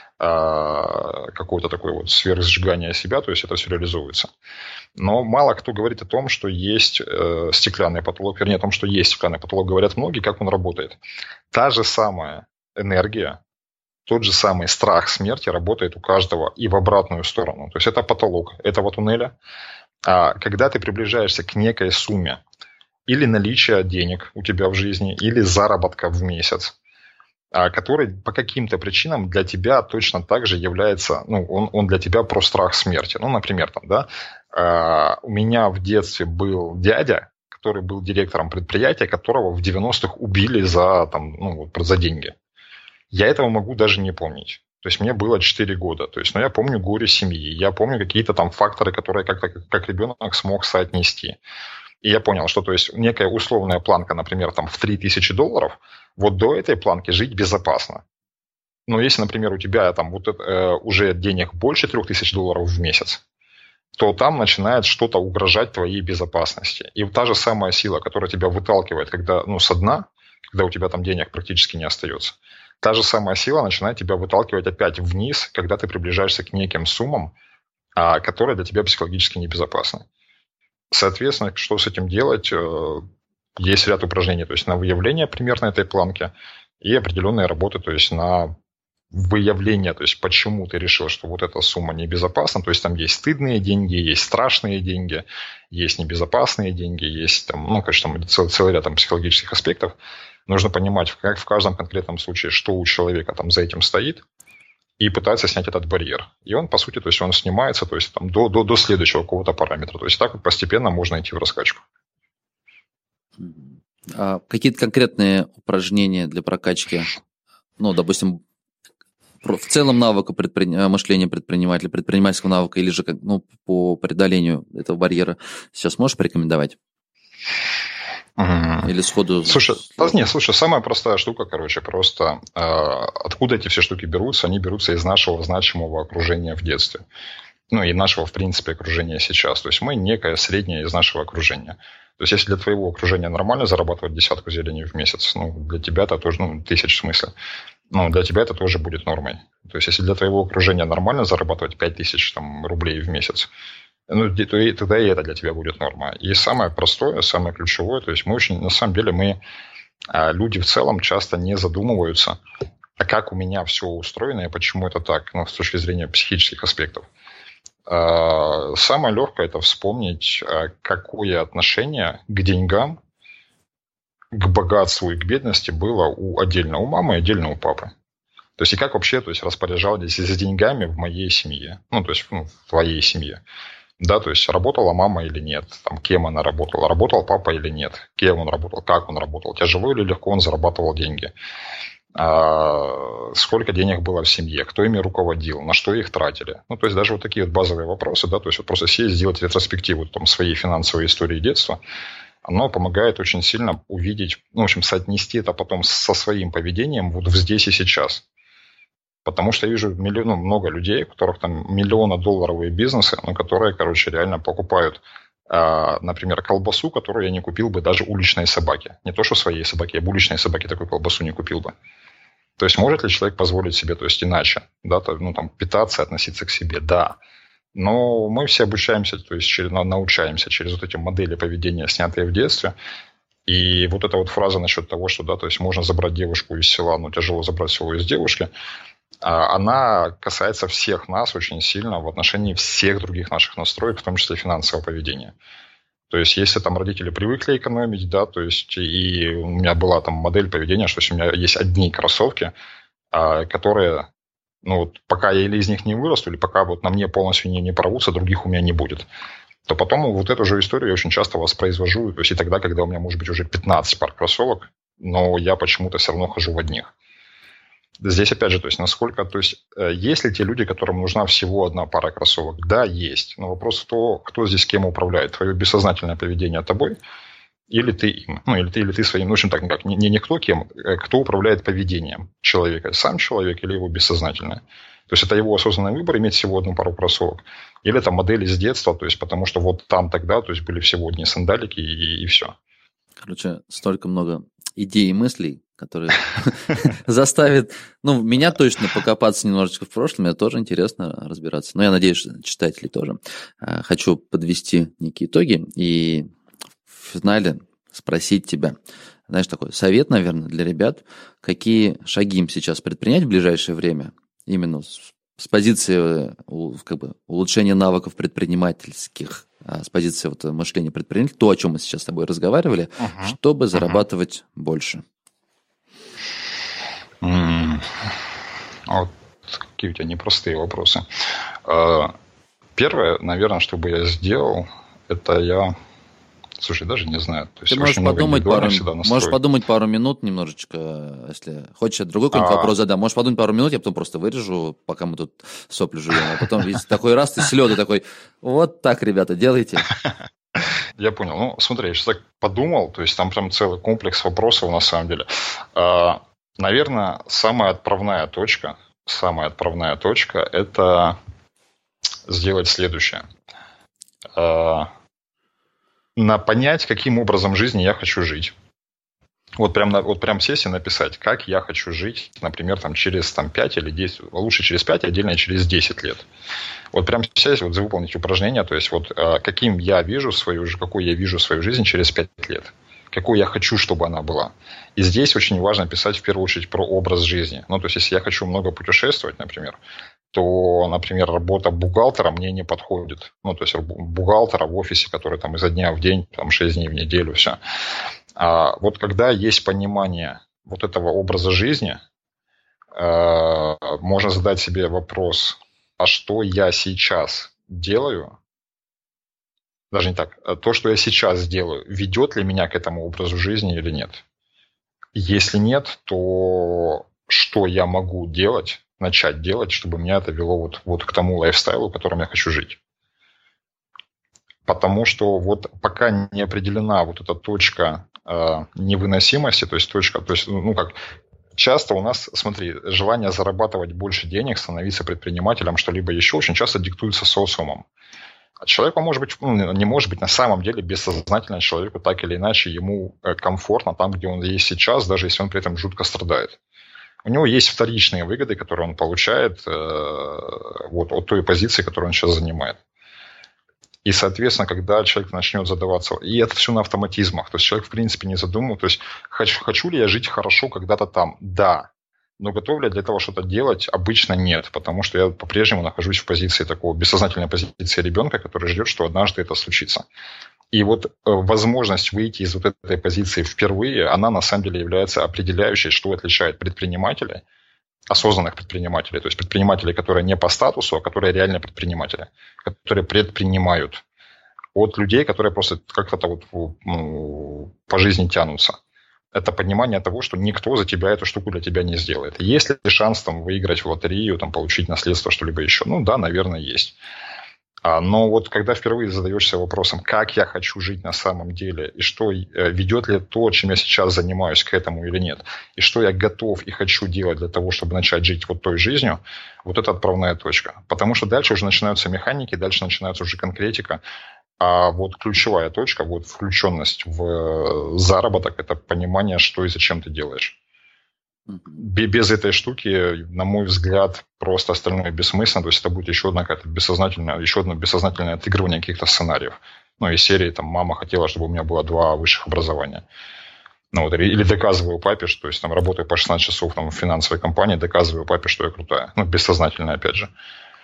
а, какое-то такое вот сверхсжигание себя, то есть это все реализуется. Но мало кто говорит о том, что есть э, стеклянный потолок, вернее, о том, что есть стеклянный потолок, говорят многие, как он работает. Та же самая энергия, тот же самый страх смерти работает у каждого и в обратную сторону. То есть это потолок этого туннеля. А когда ты приближаешься к некой сумме или наличия денег у тебя в жизни, или заработка в месяц, который по каким-то причинам для тебя точно так же является, ну, он, он для тебя про страх смерти. Ну, например, там, да, у меня в детстве был дядя, который был директором предприятия, которого в девяностых убили за, там, ну, за деньги. Я этого могу даже не помнить. То есть мне было четыре года. То есть, ну, я помню горе семьи, я помню какие-то там факторы, которые как-то как ребенок смог соотнести. И я понял, что то есть некая условная планка, например, там в три тысячи долларов, вот до этой планки жить безопасно. Но если, например, у тебя там вот это, э, уже денег больше трех тысяч долларов в месяц, то там начинает что-то угрожать твоей безопасности. И та же самая сила, которая тебя выталкивает, когда, ну, со дна, когда у тебя там денег практически не остается, та же самая сила начинает тебя выталкивать опять вниз, когда ты приближаешься к неким суммам, а, которые для тебя психологически небезопасны. Соответственно, что с этим делать? Есть ряд упражнений, то есть на выявление примерно этой планки и определенные работы, то есть на выявление, то есть почему ты решил, что вот эта сумма небезопасна, то есть там есть стыдные деньги, есть страшные деньги, есть небезопасные деньги, есть там, ну, конечно, там целый, целый ряд там психологических аспектов. Нужно понимать, как в каждом конкретном случае, что у человека там за этим стоит, и пытаться снять этот барьер. И он, по сути, то есть он снимается, то есть там до, до, до следующего какого-то параметра. То есть так вот постепенно можно идти в раскачку. А какие-то конкретные упражнения для прокачки, ну, допустим, в целом навыка предпри... мышления предпринимателя, предпринимательского навыка, или же, ну, по преодолению этого барьера, сейчас можешь порекомендовать? Или сходу... Слушай, да, нет, слушай, самая простая штука, короче, просто э, откуда эти все штуки берутся? Они берутся из нашего значимого окружения в детстве. Ну, и нашего, в принципе, окружения сейчас. То есть мы некое среднее из нашего окружения. То есть если для твоего окружения нормально зарабатывать десятку зелени в месяц, ну, для тебя это тоже, ну, тысяч в смысле, ну, для тебя это тоже будет нормой. То есть если для твоего окружения нормально зарабатывать пять тысяч там, рублей в месяц, ну, тогда и это для тебя будет норма. И самое простое, самое ключевое, то есть мы очень, на самом деле, мы, люди в целом часто не задумываются, а как у меня все устроено и почему это так, ну, с точки зрения психических аспектов. Самое легкое – это вспомнить, какое отношение к деньгам, к богатству и к бедности было у, отдельно у мамы и отдельно у папы. То есть и как вообще, то есть, распоряжались за деньгами в моей семье, ну, то есть, ну, в твоей семье. Да, то есть работала мама или нет, там, кем она работала, работал папа или нет, кем он работал, как он работал, тяжело или легко он зарабатывал деньги, а, сколько денег было в семье, кто ими руководил, на что их тратили. Ну, то есть даже вот такие вот базовые вопросы, да, то есть вот просто сесть, сделать ретроспективу там, своей финансовой истории детства, оно помогает очень сильно увидеть, ну, в общем, соотнести это потом со своим поведением вот здесь и сейчас. Потому что я вижу миллион, ну, много людей, у которых там миллионодолларовые бизнесы, ну, которые, короче, реально покупают, э, например, колбасу, которую я не купил бы даже уличной собаке. Не то, что своей собаке, я бы уличной собаке такую колбасу не купил бы. То есть может ли человек позволить себе, то есть иначе, да, то, ну, там, питаться, относиться к себе? Да. Но мы все обучаемся, то есть через, научаемся через вот эти модели поведения, снятые в детстве. И вот эта вот фраза насчет того, что, да, то есть можно забрать девушку из села, но тяжело забрать село из девушки, она касается всех нас очень сильно в отношении всех других наших настроек, в том числе финансового поведения. То есть, если там родители привыкли экономить, да, то есть, и у меня была там модель поведения, что у меня есть одни кроссовки, которые, ну, вот, пока я или из них не вырасту, или пока вот на мне полностью не, не порвутся, других у меня не будет. то потом вот эту же историю я очень часто воспроизвожу, то есть и тогда, когда у меня может быть уже пятнадцать пар кроссовок, но я почему-то все равно хожу в одних. Здесь опять же, то есть насколько, то есть есть ли те люди, которым нужна всего одна пара кроссовок? Да, есть. Но вопрос в том, кто здесь кем управляет. Твое бессознательное поведение тобой или ты им. Ну, или ты, или ты своим. Ну, в общем, так, как, не, не кто кем, кто управляет поведением человека. Сам человек или его бессознательное. То есть это его осознанный выбор иметь всего одну пару кроссовок. Или это модели с детства, то есть потому что вот там тогда, то есть были всего одни сандалики и, и все. Короче, столько много идей и мыслей, которые заставят, ну, меня точно покопаться немножечко в прошлом, мне тоже интересно разбираться. Но я надеюсь, что читателей тоже. Хочу подвести некие итоги и в финале спросить тебя, знаешь, такой совет, наверное, для ребят, какие шаги им сейчас предпринять в ближайшее время, именно с позиции как бы, улучшения навыков предпринимательских, с позиции вот, мышления предпринимателя, то, о чем мы сейчас с тобой разговаривали, uh-huh. чтобы зарабатывать uh-huh. больше. Mm. Вот какие у тебя непростые вопросы. Первое, наверное, что бы я сделал, это я... Слушай, даже не знаю. То есть Ты можешь подумать, пару, можешь подумать пару минут немножечко, если хочешь, я другой какой-нибудь а... вопрос задам. Можешь подумать пару минут, я потом просто вырежу, пока мы тут сопли жуем. А потом видите, такой раз ты с лёда такой, вот так, ребята, делайте. Я понял. Ну, смотри, я сейчас так подумал, то есть там прям целый комплекс вопросов на самом деле. Наверное, самая отправная точка, самая отправная точка – это сделать следующее. На понять, каким образом жизни я хочу жить. Вот прям, вот прям сесть и написать, как я хочу жить, например, там, через там, пять или десять, лучше через пять, отдельно через десять лет. Вот прям сесть, вот, выполнить упражнение, то есть вот каким я вижу свою, какой я вижу свою жизнь через пять лет. Какой я хочу, чтобы она была. И здесь очень важно писать в первую очередь про образ жизни. Ну, то есть, если я хочу много путешествовать, например, то, например, работа бухгалтера мне не подходит. Ну, то есть, бухгалтера в офисе, который там изо дня в день, там шесть дней в неделю, все. А вот когда есть понимание вот этого образа жизни, можно задать себе вопрос, а что я сейчас делаю? Даже не так. То, что я сейчас делаю, ведет ли меня к этому образу жизни или нет? Если нет, то что я могу делать, начать делать, чтобы меня это вело вот, вот к тому лайфстайлу, в котором я хочу жить? Потому что вот пока не определена вот эта точка э, невыносимости, то есть точка, то есть, ну как, часто у нас, смотри, желание зарабатывать больше денег, становиться предпринимателем, что-либо еще, очень часто диктуется социумом. Человеку может быть, ну, не может быть на самом деле бессознательно человеку так или иначе ему комфортно там, где он есть сейчас, даже если он при этом жутко страдает. У него есть вторичные выгоды, которые он получает э, вот, от той позиции, которую он сейчас занимает. И, соответственно, когда человек начнет задаваться... И это все на автоматизмах. То есть человек, в принципе, не задумывал. То есть хочу, хочу ли я жить хорошо когда-то там? Да. Но готов ли я для этого что-то делать? Обычно нет, потому что я по-прежнему нахожусь в позиции такого, бессознательной позиции ребенка, который ждет, что однажды это случится. И вот возможность выйти из вот этой позиции впервые, она на самом деле является определяющей, что отличает предпринимателей, осознанных предпринимателей, то есть предпринимателей, которые не по статусу, а которые реально предприниматели, которые предпринимают, от людей, которые просто как-то вот, ну, по жизни тянутся. Это понимание того, что никто за тебя эту штуку для тебя не сделает. Есть ли шанс там, выиграть в лотерею, там, получить наследство, что-либо еще? Ну да, наверное, есть. А, но вот когда впервые задаешься вопросом, как я хочу жить на самом деле, и что ведет ли то, чем я сейчас занимаюсь, к этому или нет, и что я готов и хочу делать для того, чтобы начать жить вот той жизнью, вот это отправная точка. Потому что дальше уже начинаются механики, дальше начинается уже конкретика. А вот ключевая точка, вот включенность в заработок, это понимание, что и зачем ты делаешь. Без этой штуки, на мой взгляд, просто остальное бессмысленно. То есть это будет еще одна какая-то бессознательная, еще одно бессознательное отыгрывание каких-то сценариев. Ну, из серии там мама хотела, чтобы у меня было два высших образования. Ну, вот, или доказываю папе, что, то есть там работаю по шестнадцать часов там, в финансовой компании, доказываю папе, что я крутая. Ну, бессознательно, опять же.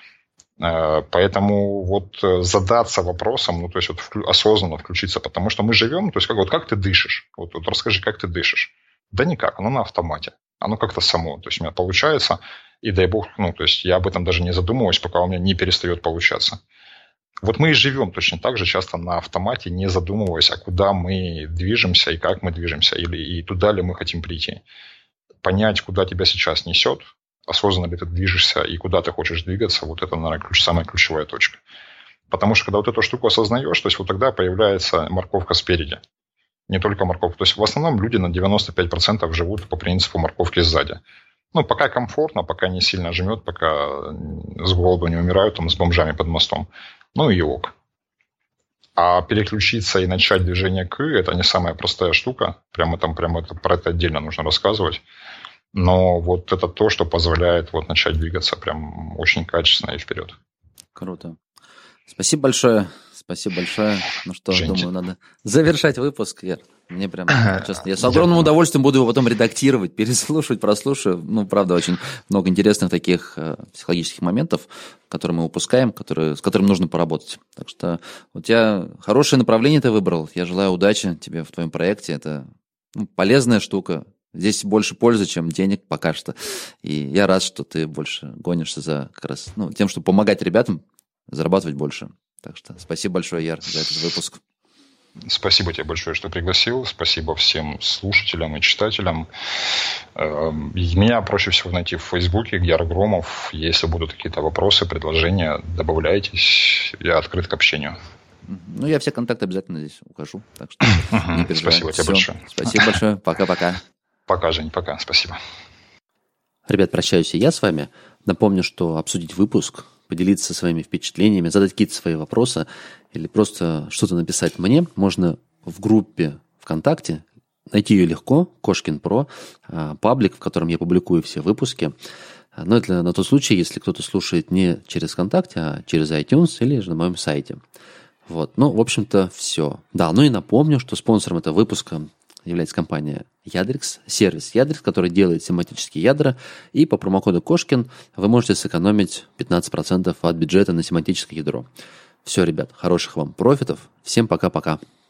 Поэтому вот задаться вопросом, ну, то есть вот осознанно включиться, потому что мы живем, то есть как, вот как ты дышишь? Вот, вот расскажи, как ты дышишь? Да никак, оно на автомате, оно как-то само, то есть у меня получается, и дай бог, ну, то есть я об этом даже не задумываюсь, пока у меня не перестает получаться. Вот мы и живем точно так же, часто на автомате, не задумываясь, а куда мы движемся и как мы движемся, или и туда ли мы хотим прийти. Понять, куда тебя сейчас несет, осознанно ли ты движешься и куда ты хочешь двигаться, вот это, наверное, ключ, самая ключевая точка. Потому что когда вот эту штуку осознаешь, то есть вот тогда появляется морковка спереди. Не только морковка. То есть в основном люди на девяносто пять процентов живут по принципу морковки сзади. Ну, пока комфортно, пока не сильно жмет, пока с голоду не умирают, там, с бомжами под мостом. Ну и ок. А переключиться и начать движение к это не самая простая штука. Прямо там, прямо это, про это отдельно нужно рассказывать. Но вот это то, что позволяет вот начать двигаться прям очень качественно и вперед. Круто. Спасибо большое. Спасибо большое. Ну что, Жень, думаю, надо завершать выпуск. Я, мне прям, честно, я с огромным удовольствием буду его потом редактировать, переслушивать, прослушаю. Ну, правда, очень много интересных таких э, психологических моментов, которые мы упускаем, которые, с которыми нужно поработать. Так что у тебя хорошее направление ты выбрал. Я желаю удачи тебе в твоем проекте. Это ну, полезная штука. Здесь больше пользы, чем денег пока что. И я рад, что ты больше гонишься за как раз ну, тем, чтобы помогать ребятам зарабатывать больше. Так что спасибо большое, Яр, за этот выпуск. Спасибо тебе большое, что пригласил. Спасибо всем слушателям и читателям. Меня проще всего найти в Фейсбуке, Яр Громов. Если будут какие-то вопросы, предложения, добавляйтесь. Я открыт к общению. Ну, я все контакты обязательно здесь укажу. Так что не переживай. Спасибо тебе большое. Спасибо большое. Пока-пока. Пока, Жень, пока. Спасибо. Ребят, прощаюсь и я с вами. Напомню, что обсудить выпуск, поделиться своими впечатлениями, задать какие-то свои вопросы или просто что-то написать мне можно в группе ВКонтакте. Найти ее легко, Кошкин Про, паблик, в котором я публикую все выпуски. Но это на тот случай, если кто-то слушает не через ВКонтакте, а через iTunes или же на моем сайте. Вот. Ну, в общем-то, все. Да, ну и напомню, что спонсором этого выпуска является компания Ядрекс, сервис Ядрекс, который делает семантические ядра, и по промокоду Кошкин вы можете сэкономить пятнадцать процентов от бюджета на семантическое ядро. Все, ребят, хороших вам профитов, всем пока-пока.